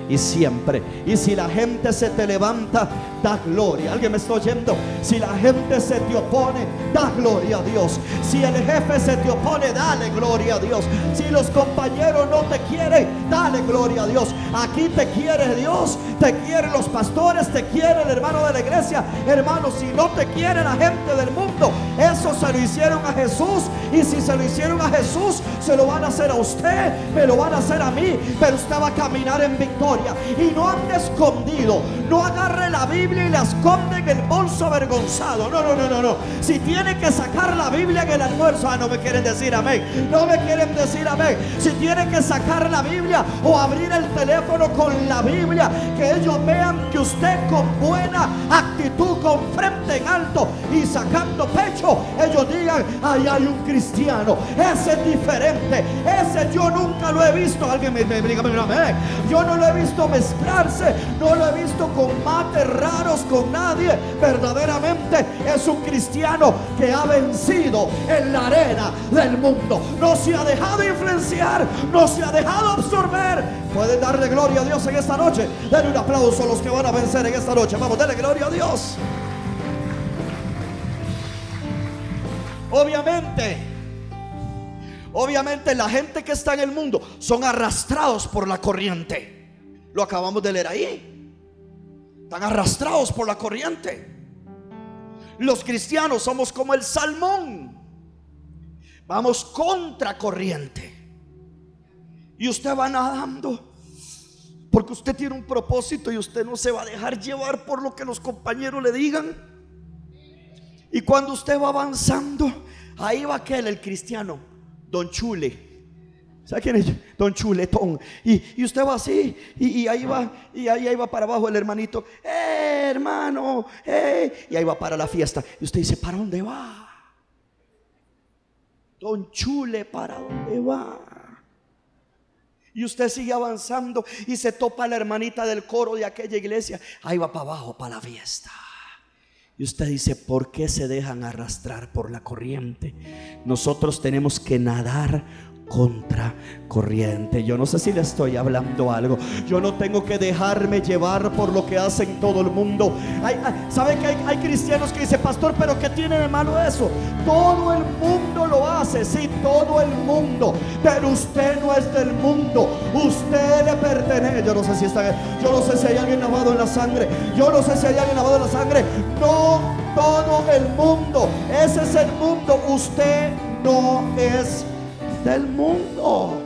y siempre. Y si la gente se te levanta, da gloria. ¿Alguien me está oyendo? Si la gente se te opone, da gloria a Dios. Si el jefe se te opone, dale gloria a Dios. Si los compañeros no te quieren, dale gloria a Dios. Aquí te quiere Dios, te quieren los pastores, te quiere el hermano de la iglesia. Hermano, si no te quiere la gente del mundo, eso se lo hicieron a Jesús. Y si se lo hicieron a Jesús, se lo van a hacer a usted, me lo van a hacer a mí. Pero usted va a caminar en victoria. Y no ande escondido, no agarre la Biblia y la esconde en el bolso avergonzado. No, no, no, no, no. Si tiene que sacar la Biblia en el almuerzo, no me quieren decir amén. No me quieren decir amén. Si tiene que sacar la Biblia o abrir el teléfono con la Biblia, que ellos vean que usted con buena actitud, con frente en alto y sacando pecho, ellos digan: ahí hay un cristiano, ese es diferente, ese yo nunca lo he visto. Alguien me diga amén. Yo no lo he visto mezclarse, no lo he visto con mates raros con nadie. Verdaderamente es un cristiano que ha vencido en la arena del mundo. No se ha dejado influenciar, no se ha dejado absorber. Pueden darle gloria a Dios en esta noche. Denle un aplauso a los que van a vencer en esta noche. Vamos, denle gloria a Dios. Obviamente la gente que está en el mundo son arrastrados por la corriente. Lo acabamos de leer ahí. Están arrastrados por la corriente. Los cristianos somos como el salmón. Vamos contra corriente. Y usted va nadando porque usted tiene un propósito y usted no se va a dejar llevar por lo que los compañeros le digan. Y cuando usted va avanzando, ahí va aquel, el cristiano, Don Chule. ¿Sabe quién es? Don Chuletón. Y usted va así, y ahí va, y ahí va para abajo el hermanito. Hermano, y ahí va para la fiesta. Y usted dice: ¿para dónde va? Don Chule, ¿para dónde va? Y usted sigue avanzando y se topa a la hermanita del coro de aquella iglesia. Ahí va para abajo, para la fiesta. Y usted dice: ¿por qué se dejan arrastrar por la corriente? Nosotros tenemos que nadar contra corriente. Yo no sé si le estoy hablando algo. Yo no tengo que dejarme llevar por lo que hacen todo el mundo. ¿Sabe que hay cristianos que dicen: pastor, pero ¿qué tiene de malo eso? Todo el mundo lo hace, sí, todo el mundo. Pero usted no es del mundo. Usted le pertenece. Yo no sé si hay alguien lavado en la sangre. Yo no sé si hay alguien lavado en la sangre. No, todo el mundo. Ese es el mundo. Usted no es del mundo.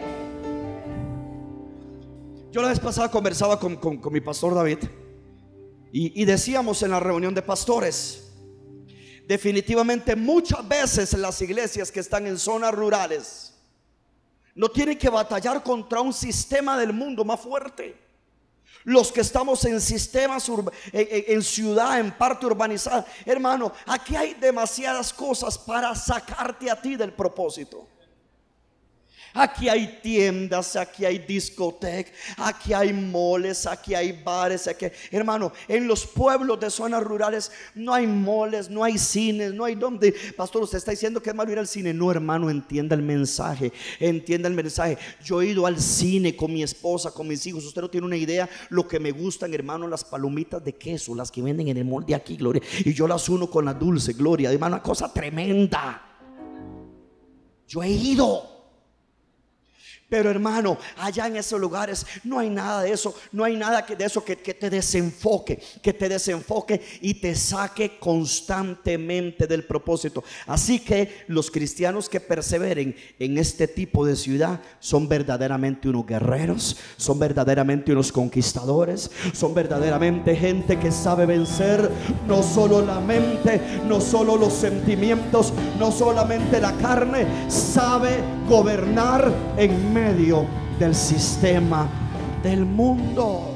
Yo la vez pasada conversaba con mi pastor David y decíamos en la reunión de pastores: definitivamente muchas veces las iglesias que están en zonas rurales no tienen que batallar contra un sistema del mundo más fuerte. Los que estamos en sistemas, en ciudad, en parte urbanizada, hermano, aquí hay demasiadas cosas para sacarte a ti del propósito. Aquí hay tiendas, aquí hay discotecas, aquí hay moles, aquí hay bares, hermano, en los pueblos de zonas rurales no hay moles, no hay cines, no hay donde. Pastor, usted está diciendo que es malo ir al cine. No, hermano, entienda el mensaje, entienda el mensaje. Yo he ido al cine con mi esposa, con mis hijos. Usted no tiene una idea lo que me gustan, hermano, las palomitas de queso, las que venden en el mall de aquí, gloria. Y yo las uno con la dulce, gloria, hermano, una cosa tremenda. Yo he ido. Pero hermano, allá en esos lugares no hay nada de eso. No hay nada de eso que te desenfoque, y te saque constantemente del propósito. Así que los cristianos que perseveren en este tipo de ciudad son verdaderamente unos guerreros, son verdaderamente unos conquistadores, son verdaderamente gente que sabe vencer no solo la mente, no solo los sentimientos, no solamente la carne. Sabe gobernar en medio del sistema del mundo.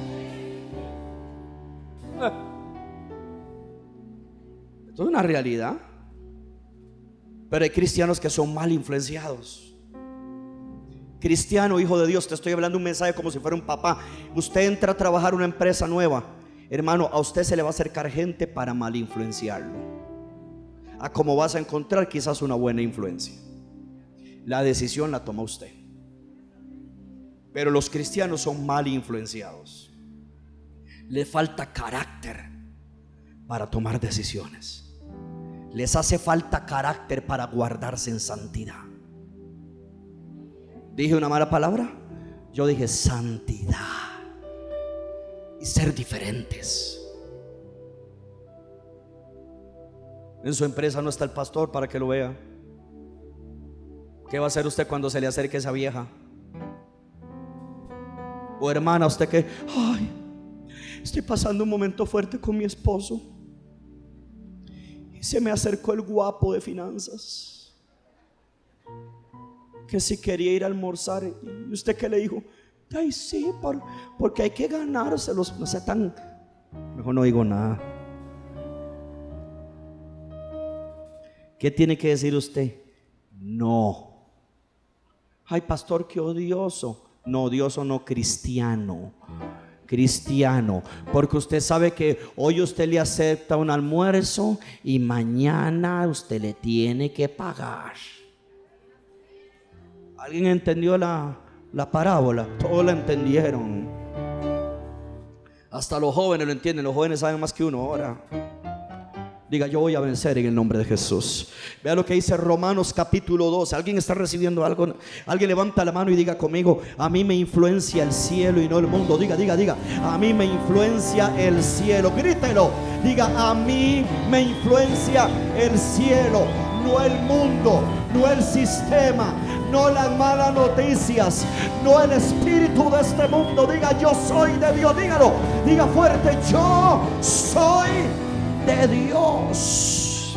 Esto es una realidad. Pero hay cristianos que son mal influenciados. Cristiano, hijo de Dios, te estoy hablando un mensaje como si fuera un papá. Usted entra a trabajar en una empresa nueva, hermano, a usted se le va a acercar gente para mal influenciarlo. A cómo vas a encontrar quizás una buena influencia. La decisión la toma usted. Pero los cristianos son mal influenciados. Les falta carácter para tomar decisiones. Les hace falta carácter para guardarse en santidad. ¿Dije una mala palabra? Yo dije santidad y ser diferentes. En su empresa no está el pastor para que lo vea. ¿Qué va a hacer usted cuando se le acerque esa vieja? O hermana, usted que, ay, estoy pasando un momento fuerte con mi esposo y se me acercó el guapo de finanzas, que si quería ir a almorzar. ¿Y usted qué le dijo? Ay, sí, porque hay que ganárselos. No sea tan, mejor no digo nada. ¿Qué tiene que decir usted? No. Ay, pastor, qué odioso. No, odioso no, cristiano. Cristiano, porque usted sabe que hoy usted le acepta un almuerzo y mañana usted le tiene que pagar. ¿Alguien entendió la parábola? Todos la entendieron. Hasta los jóvenes lo entienden. Los jóvenes saben más que uno ahora. Diga, yo voy a vencer en el nombre de Jesús. Vea lo que dice Romanos capítulo 12. ¿Alguien está recibiendo algo? Alguien levanta la mano y diga conmigo: a mí me influencia el cielo y no el mundo. Diga, a mí me influencia el cielo. Grítelo. Diga, a mí me influencia el cielo, no el mundo, no el sistema, no las malas noticias, no el espíritu de este mundo. Diga, yo soy de Dios. Dígalo, diga fuerte: yo soy de Dios.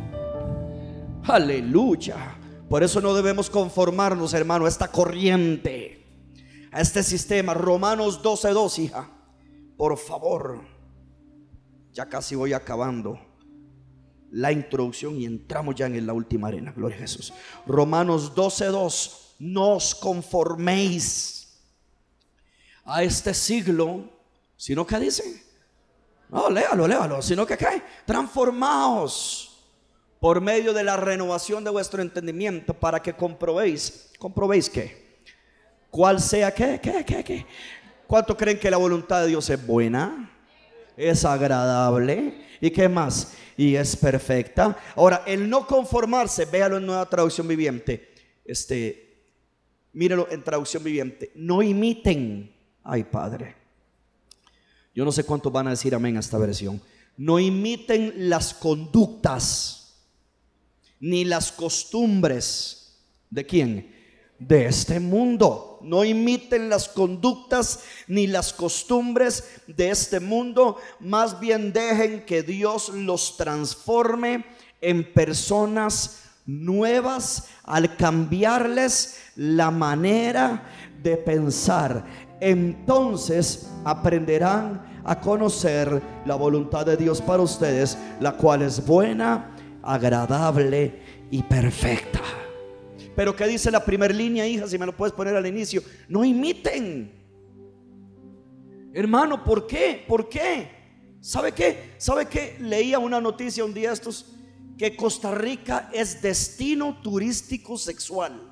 Aleluya. Por eso no debemos conformarnos, hermano, a esta corriente, a este sistema. Romanos 12:2, hija, por favor. Ya casi voy acabando la introducción y entramos ya en la última arena. Gloria a Jesús. Romanos 12:2. No os conforméis a este siglo, sino que dice, no, léalo, sino que ¿qué? Transformaos por medio de la renovación de vuestro entendimiento, para que comprobéis ¿qué? ¿Cuál sea qué? ¿Cuánto creen que la voluntad de Dios es buena, es agradable y qué más? Y es perfecta. Ahora, el no conformarse, véalo en Nueva Traducción Viviente. Míralo en Traducción Viviente. No imiten. Ay, Padre, yo no sé cuántos van a decir amén a esta versión. No imiten las conductas ni las costumbres. ¿De quién? De este mundo. No imiten las conductas ni las costumbres de este mundo. Más bien dejen que Dios los transforme en personas nuevas al cambiarles la manera de pensar. Entonces aprenderán a conocer la voluntad de Dios para ustedes, la cual es buena, agradable y perfecta. Pero ¿qué dice la primera línea, hija? Si me lo puedes poner al inicio. No imiten. Hermano, ¿por qué? ¿Por qué? ¿Sabe qué? ¿Sabe qué? Leía una noticia un día estos, que Costa Rica es destino turístico sexual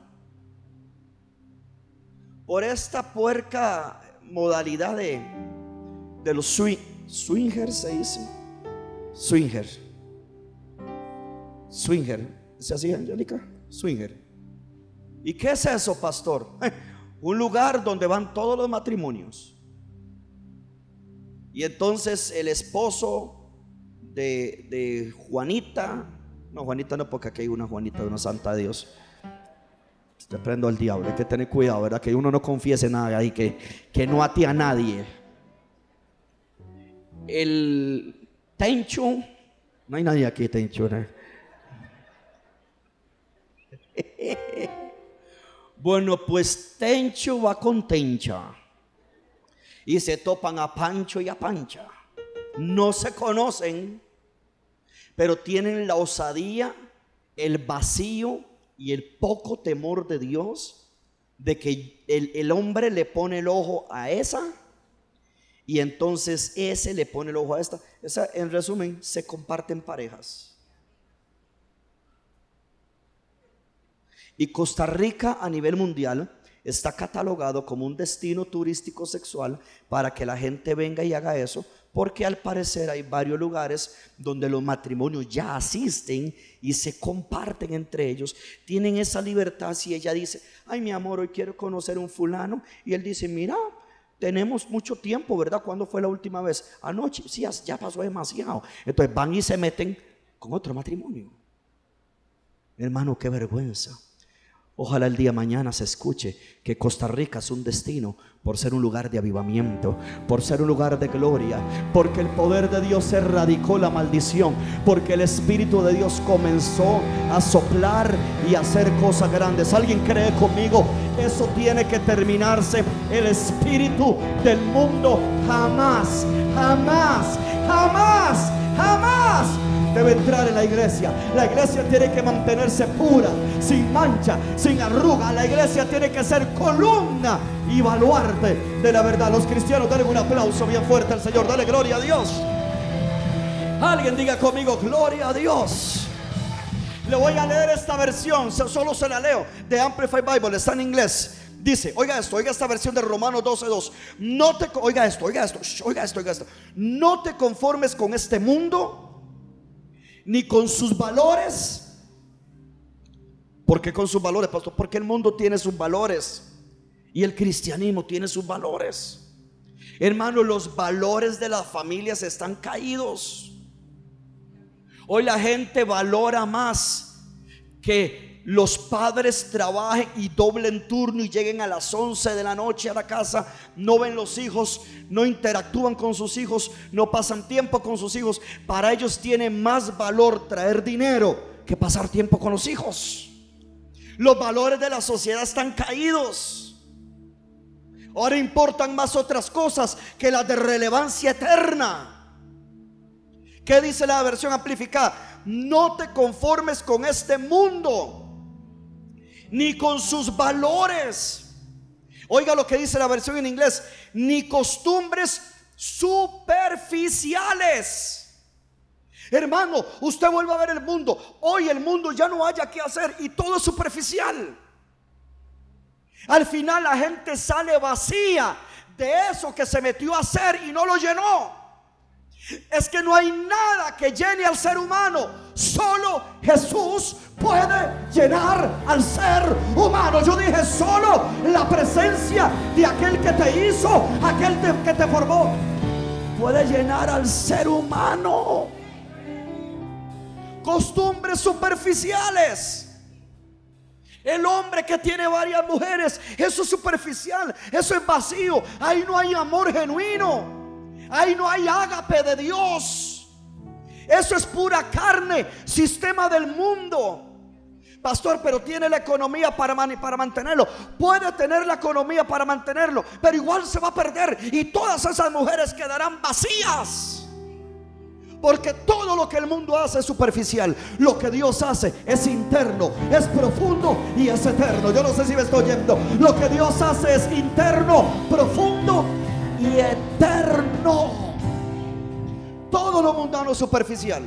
por esta puerca modalidad de los swingers, se dice. Swinger. ¿Se hacía, Angélica? Swinger. ¿Y qué es eso, pastor? Un lugar donde van todos los matrimonios. Y entonces el esposo de Juanita, no, Juanita no, porque aquí hay una Juanita, una santa de Dios. Te prendo al diablo, hay que tener cuidado, ¿verdad? Que uno no confiese nada ahí, que no ate a nadie. El Tencho, no hay nadie aquí, Tencho, ¿no? Bueno, pues Tencho va con Tencha y se topan a Pancho y a Pancha. No se conocen, pero tienen la osadía, el vacío y el poco temor de Dios, de que el hombre le pone el ojo a esa y entonces ese le pone el ojo a esta. Esa, en resumen, se comparten parejas. Y Costa Rica a nivel mundial está catalogado como un destino turístico sexual para que la gente venga y haga eso, porque al parecer hay varios lugares donde los matrimonios ya asisten y se comparten entre ellos, tienen esa libertad. Si ella dice, ay mi amor, hoy quiero conocer un fulano, y él dice, mira, tenemos mucho tiempo, ¿verdad? ¿Cuándo fue la última vez? Anoche. Sí, ya pasó demasiado. Entonces van y se meten con otro matrimonio. Hermano, qué vergüenza. Ojalá el día de mañana se escuche que Costa Rica es un destino por ser un lugar de avivamiento, por ser un lugar de gloria, porque el poder de Dios erradicó la maldición, porque el Espíritu de Dios comenzó a soplar y a hacer cosas grandes. ¿Alguien cree conmigo? Eso tiene que terminarse. El espíritu del mundo jamás, jamás, jamás, jamás debe entrar en la iglesia. La iglesia tiene que mantenerse pura, sin mancha, sin arruga. La iglesia tiene que ser columna y baluarte de la verdad. Los cristianos, dale un aplauso bien fuerte al Señor. Dale gloria a Dios. Alguien diga conmigo, gloria a Dios. Le voy a leer esta versión, solo se la leo, de Amplified Bible, está en inglés. Dice, oiga esto, oiga esta versión de Romanos 12:2. Oiga esto. No te conformes con este mundo, ni con sus valores. ¿Por qué con sus valores, pastor? Porque el mundo tiene sus valores y el cristianismo tiene sus valores. Hermano, los valores de las familias están caídos. Hoy la gente valora más que los padres trabajen y doblen turno y lleguen a las 11 de la noche a la casa, no ven los hijos, no interactúan con sus hijos, no pasan tiempo con sus hijos. Para ellos tiene más valor traer dinero que pasar tiempo con los hijos. Los valores de la sociedad están caídos. Ahora importan más otras cosas que las de relevancia eterna. ¿Qué dice la versión amplificada? No te conformes con este mundo, ni con sus valores. Oiga lo que dice la versión en inglés: ni costumbres superficiales. Hermano, usted vuelve a ver el mundo. Hoy el mundo ya no haya qué hacer y todo es superficial. Al final la gente sale vacía de eso que se metió a hacer y no lo llenó. Es que no hay nada que llene al ser humano. Solo Jesús puede llenar al ser humano. Yo dije, solo la presencia de aquel que te hizo, aquel que te formó, puede llenar al ser humano. Costumbres superficiales. El hombre que tiene varias mujeres, eso es superficial, eso es vacío. Ahí no hay amor genuino. Ahí no hay ágape de Dios. Eso es pura carne, sistema del mundo. Pastor, pero tiene la economía para mantenerlo. Puede tener la economía para mantenerlo, pero igual se va a perder. Y todas esas mujeres quedarán vacías. Porque todo lo que el mundo hace es superficial. Lo que Dios hace es interno, es profundo y es eterno. Yo no sé si me estoy oyendo. Lo que Dios hace es interno, profundo y eterno. Todo lo mundano es superficial.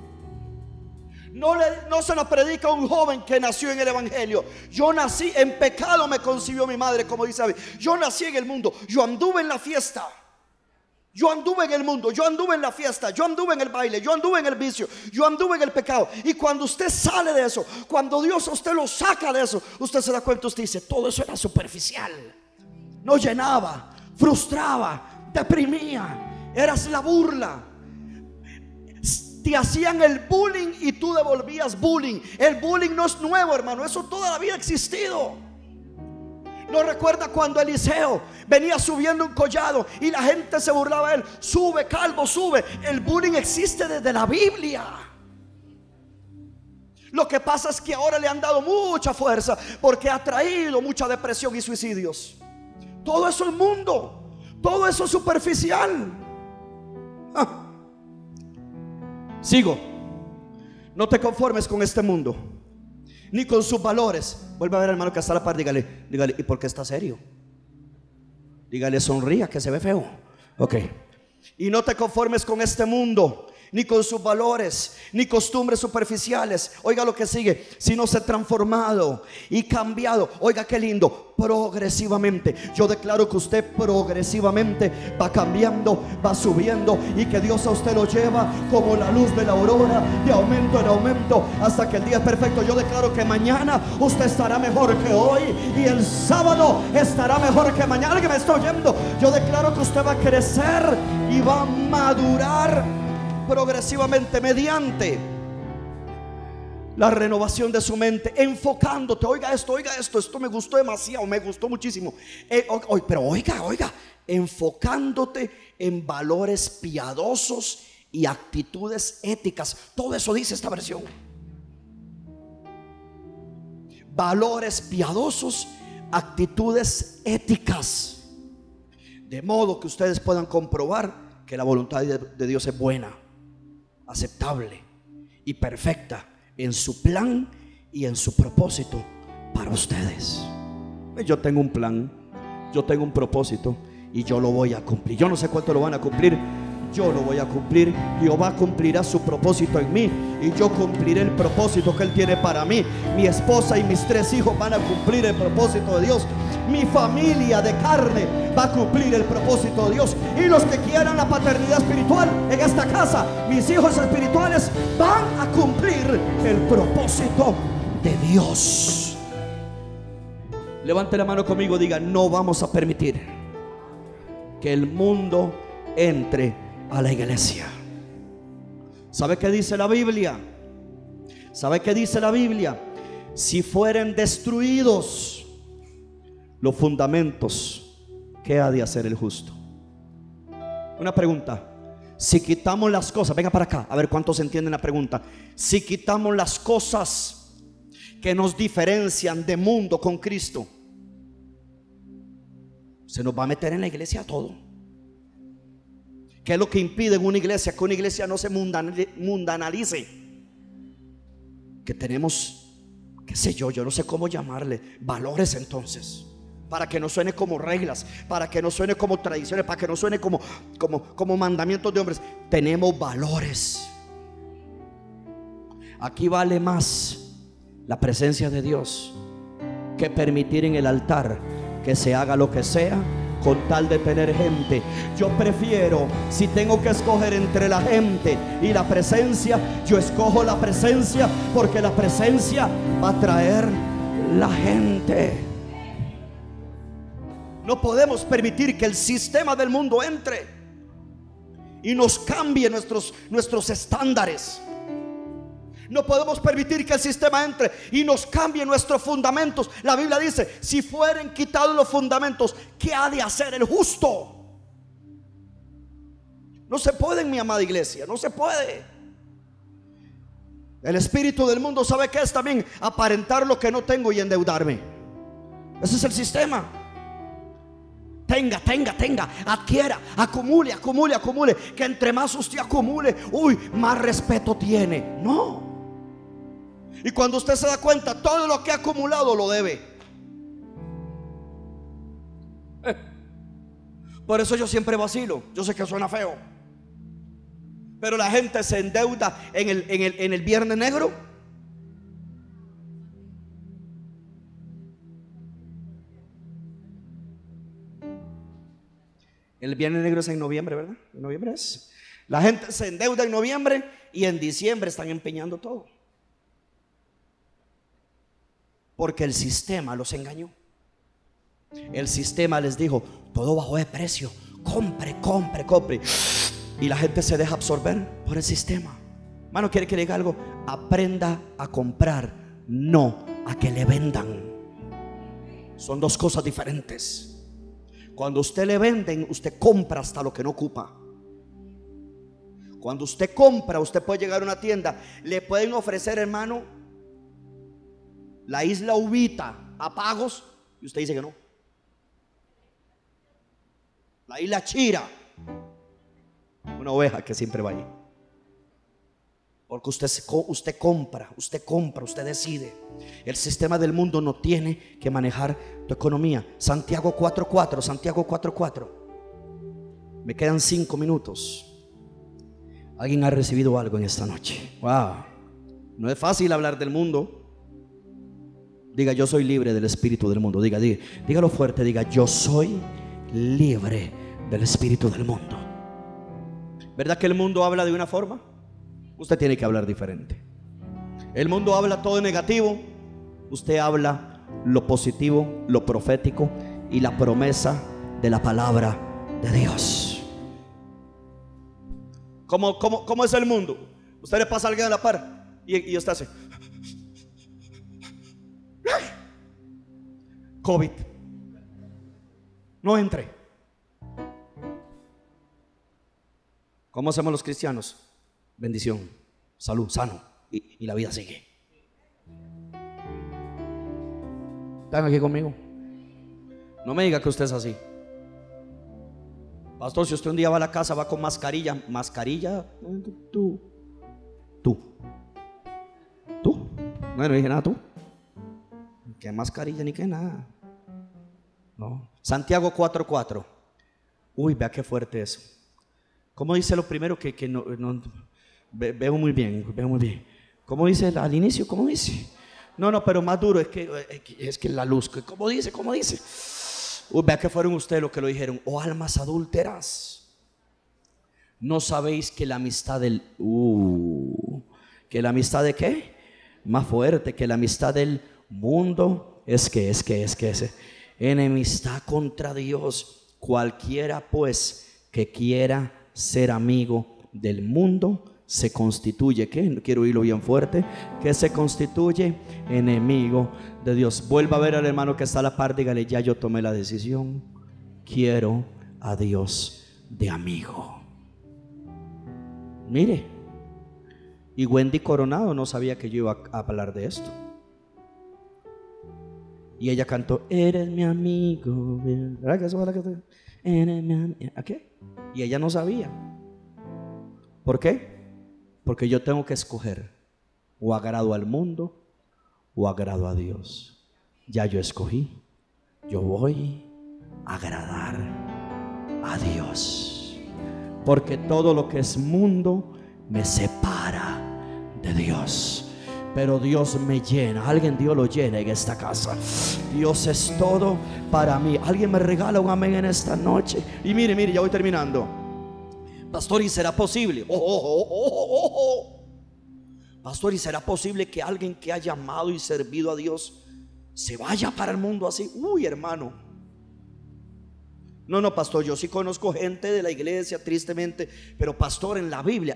No se nos predica a un joven que nació en el evangelio. Yo nací en pecado, me concibió mi madre, como dice David. Yo nací en el mundo, yo anduve en la fiesta, yo anduve en el mundo, yo anduve en la fiesta, yo anduve en el baile, yo anduve en el vicio, yo anduve en el pecado. Y cuando usted sale de eso, cuando Dios a usted lo saca de eso, usted se da cuenta, usted dice, todo eso era superficial. No llenaba, frustraba, deprimía, eras la burla. Te hacían el bullying y tú devolvías bullying. El bullying no es nuevo, hermano, eso toda la vida ha existido. ¿No recuerda cuando Eliseo venía subiendo un collado y la gente se burlaba de él? Sube, calvo, sube. El bullying existe desde la Biblia. Lo que pasa es que ahora le han dado mucha fuerza porque ha traído mucha depresión y suicidios. Todo eso es mundo, todo eso es superficial. Sigo. No te conformes con este mundo, ni con sus valores. Vuelve a ver al hermano que está a la par, dígale, ¿y por qué está serio? Dígale, sonría, que se ve feo. Ok. Y no te conformes con este mundo, ni con sus valores, ni costumbres superficiales. Oiga lo que sigue, sino ser transformado y cambiado. Oiga qué lindo, progresivamente. Yo declaro que usted progresivamente va cambiando, va subiendo, y que Dios a usted lo lleva como la luz de la aurora, de aumento en aumento, hasta que el día es perfecto. Yo declaro que mañana usted estará mejor que hoy, y el sábado estará mejor que mañana. ¿Alguien me está oyendo? Yo declaro que usted va a crecer y va a madurar progresivamente mediante la renovación de su mente, enfocándote. Oiga esto, esto me gustó demasiado, me gustó muchísimo. Pero oiga, enfocándote en valores piadosos y actitudes éticas. Todo eso dice esta versión. Valores piadosos, actitudes éticas, de modo que ustedes puedan comprobar que la voluntad de Dios es buena, aceptable y perfecta en su plan y en su propósito para ustedes. Yo tengo un plan, yo tengo un propósito, y yo lo voy a cumplir. Yo no sé cuánto lo van a cumplir, yo lo voy a cumplir. Jehová cumplirá su propósito en mí, y yo cumpliré el propósito que Él tiene para mí. Mi esposa y mis 3 hijos van a cumplir el propósito de Dios. Mi familia de carne va a cumplir el propósito de Dios. Y los que quieran la paternidad espiritual en esta casa, mis hijos espirituales, van a cumplir el propósito de Dios. Levante la mano conmigo, diga: no vamos a permitir que el mundo entre a la iglesia. ¿Sabe qué dice la Biblia? ¿Sabe qué dice la Biblia? Si fueren destruidos los fundamentos, ¿qué ha de hacer el justo? Una pregunta. Si quitamos las cosas, venga para acá, a ver cuántos entienden la pregunta. Si quitamos las cosas que nos diferencian de mundo con Cristo, se nos va a meter en la iglesia todo. ¿Qué es lo que impide en una iglesia? Que una iglesia no se mundanalice. Que tenemos, qué sé yo no sé cómo llamarle, valores entonces, para que no suene como reglas, para que no suene como tradiciones, para que no suene como mandamientos de hombres. Tenemos valores. Aquí vale más la presencia de Dios que permitir en el altar que se haga lo que sea con tal de tener gente. Yo prefiero, si tengo que escoger entre la gente y la presencia, yo escojo la presencia, porque la presencia va a traer la gente. No podemos permitir que el sistema del mundo entre y nos cambie nuestros estándares. No podemos permitir que el sistema entre y nos cambie nuestros fundamentos. La Biblia dice: si fueren quitados los fundamentos, ¿qué ha de hacer el justo? No se puede, mi amada iglesia, no se puede. El espíritu del mundo, ¿sabe qué es también? Aparentar lo que no tengo y endeudarme. Ese es el sistema. Tenga, adquiera, acumule, que entre más usted acumule, más respeto tiene. No. Y cuando usted se da cuenta, todo lo que ha acumulado lo debe. Por eso yo siempre vacilo. Yo sé que suena feo, pero la gente se endeuda en el viernes negro. El viernes negro es en noviembre, ¿verdad? En noviembre es. La gente se endeuda en noviembre y en diciembre están empeñando todo. Porque el sistema los engañó. El sistema les dijo: todo bajó de precio, compre. Y la gente se deja absorber por el sistema. Hermano, ¿quiere que le diga algo? Aprenda a comprar, no a que le vendan. Son dos cosas diferentes. Cuando usted le venden, usted compra hasta lo que no ocupa. Cuando usted compra, usted puede llegar a una tienda, le pueden ofrecer, hermano, la isla Ubita a pagos, y usted dice que no. La isla Chira, una oveja que siempre va ahí. Porque usted compra, usted decide. El sistema del mundo no tiene que manejar tu economía. Santiago 4:4. Me quedan 5 minutos. Alguien ha recibido algo en esta noche. Wow. No es fácil hablar del mundo. Diga, yo soy libre del espíritu del mundo. Dígalo fuerte, diga, yo soy libre del espíritu del mundo. ¿Verdad que el mundo habla de una forma? Usted tiene que hablar diferente. El mundo habla todo negativo. Usted habla lo positivo, lo profético y la promesa de la palabra de Dios. ¿Cómo es el mundo? Usted le pasa a alguien a la par y usted hace COVID, no entre. ¿Cómo hacemos los cristianos? Bendición, salud, sano, y la vida sigue. ¿Están aquí conmigo? No me diga que usted es así. Pastor, si usted un día va a la casa, va con mascarilla. Tú. No dije nada, tú. ¿Qué mascarilla ni qué nada? No. Santiago 4:4. Uy, vea qué fuerte eso. ¿Cómo dice lo primero que no veo muy bien? ¿Cómo dice al inicio? ¿Cómo dice? No, pero más duro es que la luz. ¿Cómo dice? Uy, vea que fueron ustedes los que lo dijeron. Oh, almas adúlteras, ¿no sabéis que la amistad del que la amistad de qué? Más fuerte que la amistad del mundo es enemistad contra Dios. Cualquiera pues que quiera ser amigo del mundo se constituye, ¿qué? Quiero oírlo bien fuerte, que se constituye enemigo de Dios. Vuelva a ver al hermano que está a la par, dígale, ya yo tomé la decisión, quiero a Dios de amigo. Mire, y Wendy Coronado no sabía que yo iba a hablar de esto. Y ella cantó, eres mi amigo. ¿Verdad que eso es la que eres mi amigo? ¿A qué? Y ella no sabía. ¿Por qué? Porque yo tengo que escoger, o agrado al mundo o agrado a Dios. Ya yo escogí. Yo voy a agradar a Dios, porque todo lo que es mundo me separa de Dios. Pero Dios me llena. Alguien, Dios lo llena en esta casa. Dios es todo para mí. Alguien me regala un amén en esta noche. Y mire, ya voy terminando. Pastor, ¿y será posible? Pastor, ¿y será posible que alguien que ha llamado y servido a Dios se vaya para el mundo así? Uy, hermano. No, pastor, yo sí conozco gente de la iglesia, tristemente. Pero pastor, en la Biblia.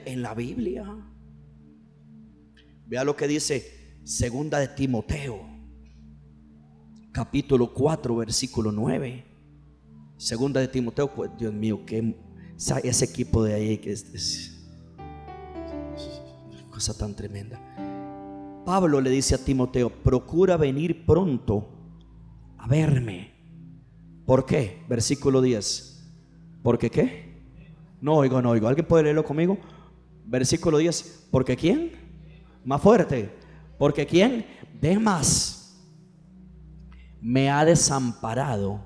Vea lo que dice Segunda de Timoteo, capítulo 4, versículo 9. Segunda de Timoteo, pues, Dios mío, que ese equipo de ahí que es cosa tan tremenda. Pablo le dice a Timoteo, procura venir pronto a verme. ¿Por qué? Versículo 10. ¿Por qué qué? No oigo. ¿Alguien puede leerlo conmigo? Versículo 10. ¿Por qué quién? Más fuerte. Porque ¿quién? Demas me ha desamparado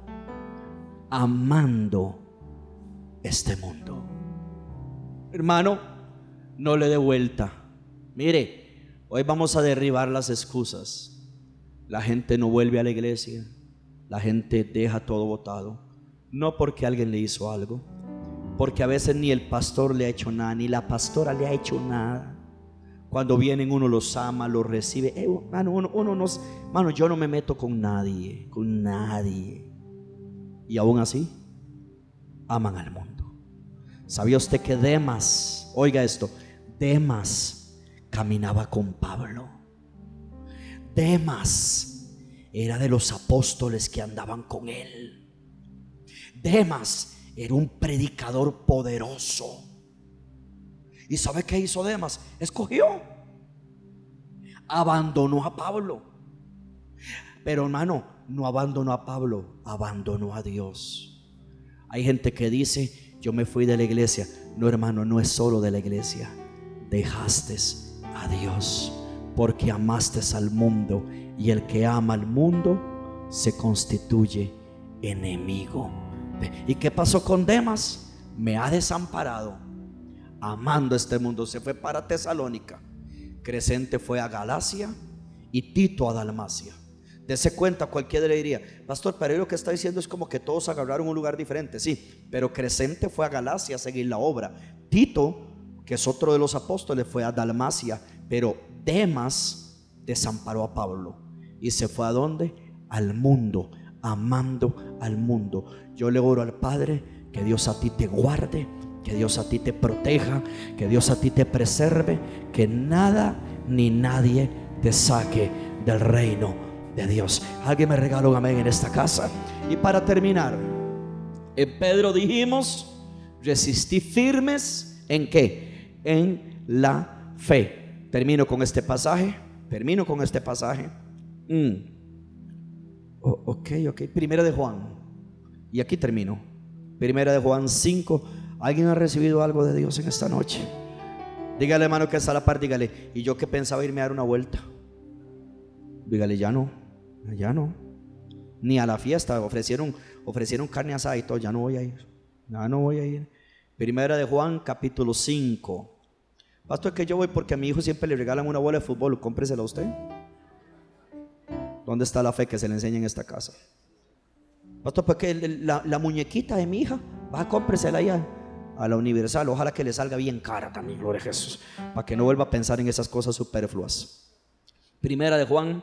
amando este mundo. Hermano, no le dé vuelta. Mire, hoy vamos a derribar las excusas. La gente no vuelve a la iglesia. La gente deja todo botado. No porque alguien le hizo algo, porque a veces ni el pastor le ha hecho nada, ni la pastora le ha hecho nada. Cuando vienen uno los ama, los recibe. Mano, yo no me meto con nadie. Y aún así aman al mundo. ¿Sabía usted que Demas, oiga esto, Demas caminaba con Pablo? Demas era de los apóstoles que andaban con él. Demas era un predicador poderoso. ¿Y sabe qué hizo Demas? Escogió, abandonó a Pablo. Pero hermano, no abandonó a Pablo, abandonó a Dios. Hay gente que dice, yo me fui de la iglesia. No, hermano, no es solo de la iglesia. Dejaste a Dios porque amaste al mundo, y el que ama al mundo se constituye enemigo. ¿Y qué pasó con Demas? Me ha desamparado amando este mundo. Se fue para Tesalónica, Crescente fue a Galacia y Tito a Dalmacia. Dese cuenta, cualquiera le diría: pastor, pero lo que está diciendo es como que todos agarraron un lugar diferente. Sí, pero Crescente fue a Galacia a seguir la obra. Tito, que es otro de los apóstoles, fue a Dalmacia. Pero Demas desamparó a Pablo y se fue ¿a dónde? Al mundo, amando al mundo. Yo le oro al Padre que Dios a ti te guarde, que Dios a ti te proteja, que Dios a ti te preserve, que nada ni nadie te saque del reino de Dios. Alguien me regala un amén en esta casa. Y para terminar, en Pedro dijimos: resistí firmes ¿en qué? En la fe. Termino con este pasaje. Ok. Primera de Juan, y aquí termino. Primera de Juan 5. ¿Alguien ha recibido algo de Dios en esta noche? Dígale, hermano, que está a la par, dígale: y yo que pensaba irme a dar una vuelta. Dígale: ya no. Ni a la fiesta ofrecieron carne asada y todo. Ya no voy a ir. Primera de Juan capítulo 5. Pastor, que yo voy porque a mi hijo siempre le regalan una bola de fútbol. Cómpresela a usted. ¿Dónde está la fe que se le enseña en esta casa? Pastor, porque la muñequita de mi hija, va, cómpresela allá a la Universal. Ojalá que le salga bien cara también, gloria a Jesús, para que no vuelva a pensar en esas cosas superfluas. Primera de Juan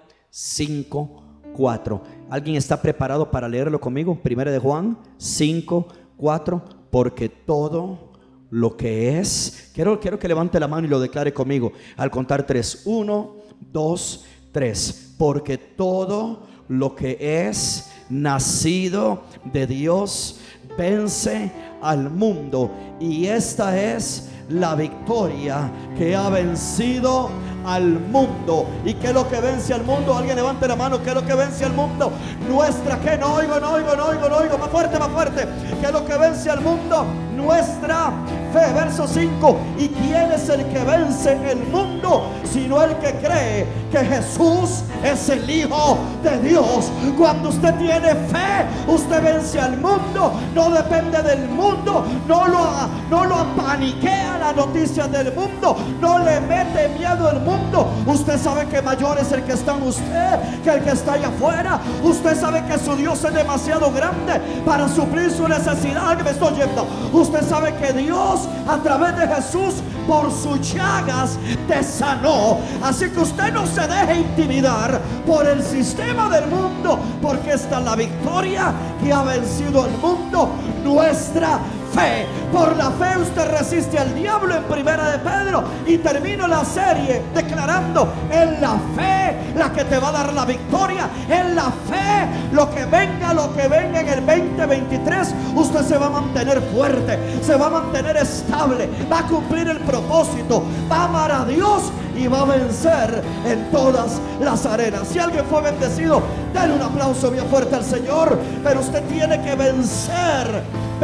5:4. ¿Alguien está preparado para leerlo conmigo? Primera de Juan 5:4. Porque todo lo que es, quiero que levante la mano y lo declare conmigo al contar 3. 1, 2, 3. Porque todo lo que es nacido de Dios vence al mundo, y esta es la victoria que ha vencido al mundo. ¿Y qué es lo que vence al mundo? Alguien levante la mano. ¿Qué es lo que vence al mundo? Nuestra, ¿qué? No oigo. Más fuerte. ¿Qué es lo que vence al mundo? Nuestra fe. Verso 5. ¿Y quién es el que vence el mundo? Sino el que cree que Jesús es el Hijo de Dios. Cuando usted tiene fe, usted vence al mundo. No depende del mundo. No lo apaniquea la noticia del mundo. No le mete miedo al mundo. Usted sabe que mayor es el que está en usted que el que está allá afuera. Usted sabe que su Dios es demasiado grande para suplir su necesidad. Me estoy yendo. Usted sabe que Dios, a través de Jesús, por sus llagas te sanó. Así que usted no se deje intimidar por el sistema del mundo, porque esta es la victoria que ha vencido al mundo. Nuestra fe. Por la fe usted resiste al diablo en Primera de Pedro. Y termino la serie declarando: en la fe la que te va a dar la victoria. En la fe, lo que venga en el 2023, usted se va a mantener fuerte, se va a mantener estable, va a cumplir el propósito, va a amar a Dios y va a vencer en todas las arenas. Si alguien fue bendecido, denle un aplauso bien fuerte al Señor. Pero usted tiene que vencer.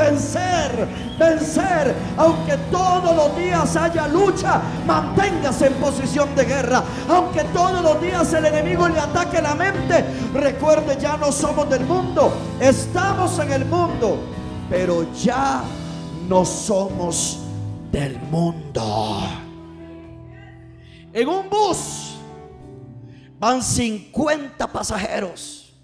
Aunque todos los días haya lucha, manténgase en posición de guerra. Aunque todos los días el enemigo le ataque la mente, recuerde: ya no somos del mundo. Estamos en el mundo, pero ya no somos del mundo. En un bus van 50 pasajeros.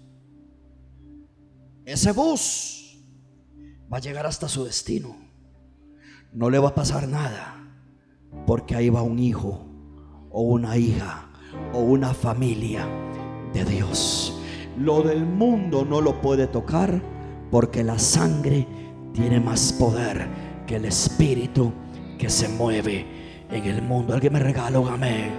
Ese bus va a llegar hasta su destino. No le va a pasar nada, porque ahí va un hijo o una hija o una familia de Dios. Lo del mundo no lo puede tocar, porque la sangre tiene más poder que el espíritu que se mueve en el mundo. Alguien me regala un amén.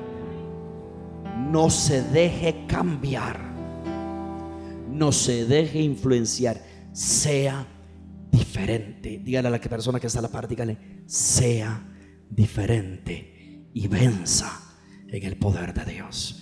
No se deje cambiar, no se deje influenciar. Sea diferente. Dígale a la persona que está a la par, dígale: sea diferente y venza en el poder de Dios.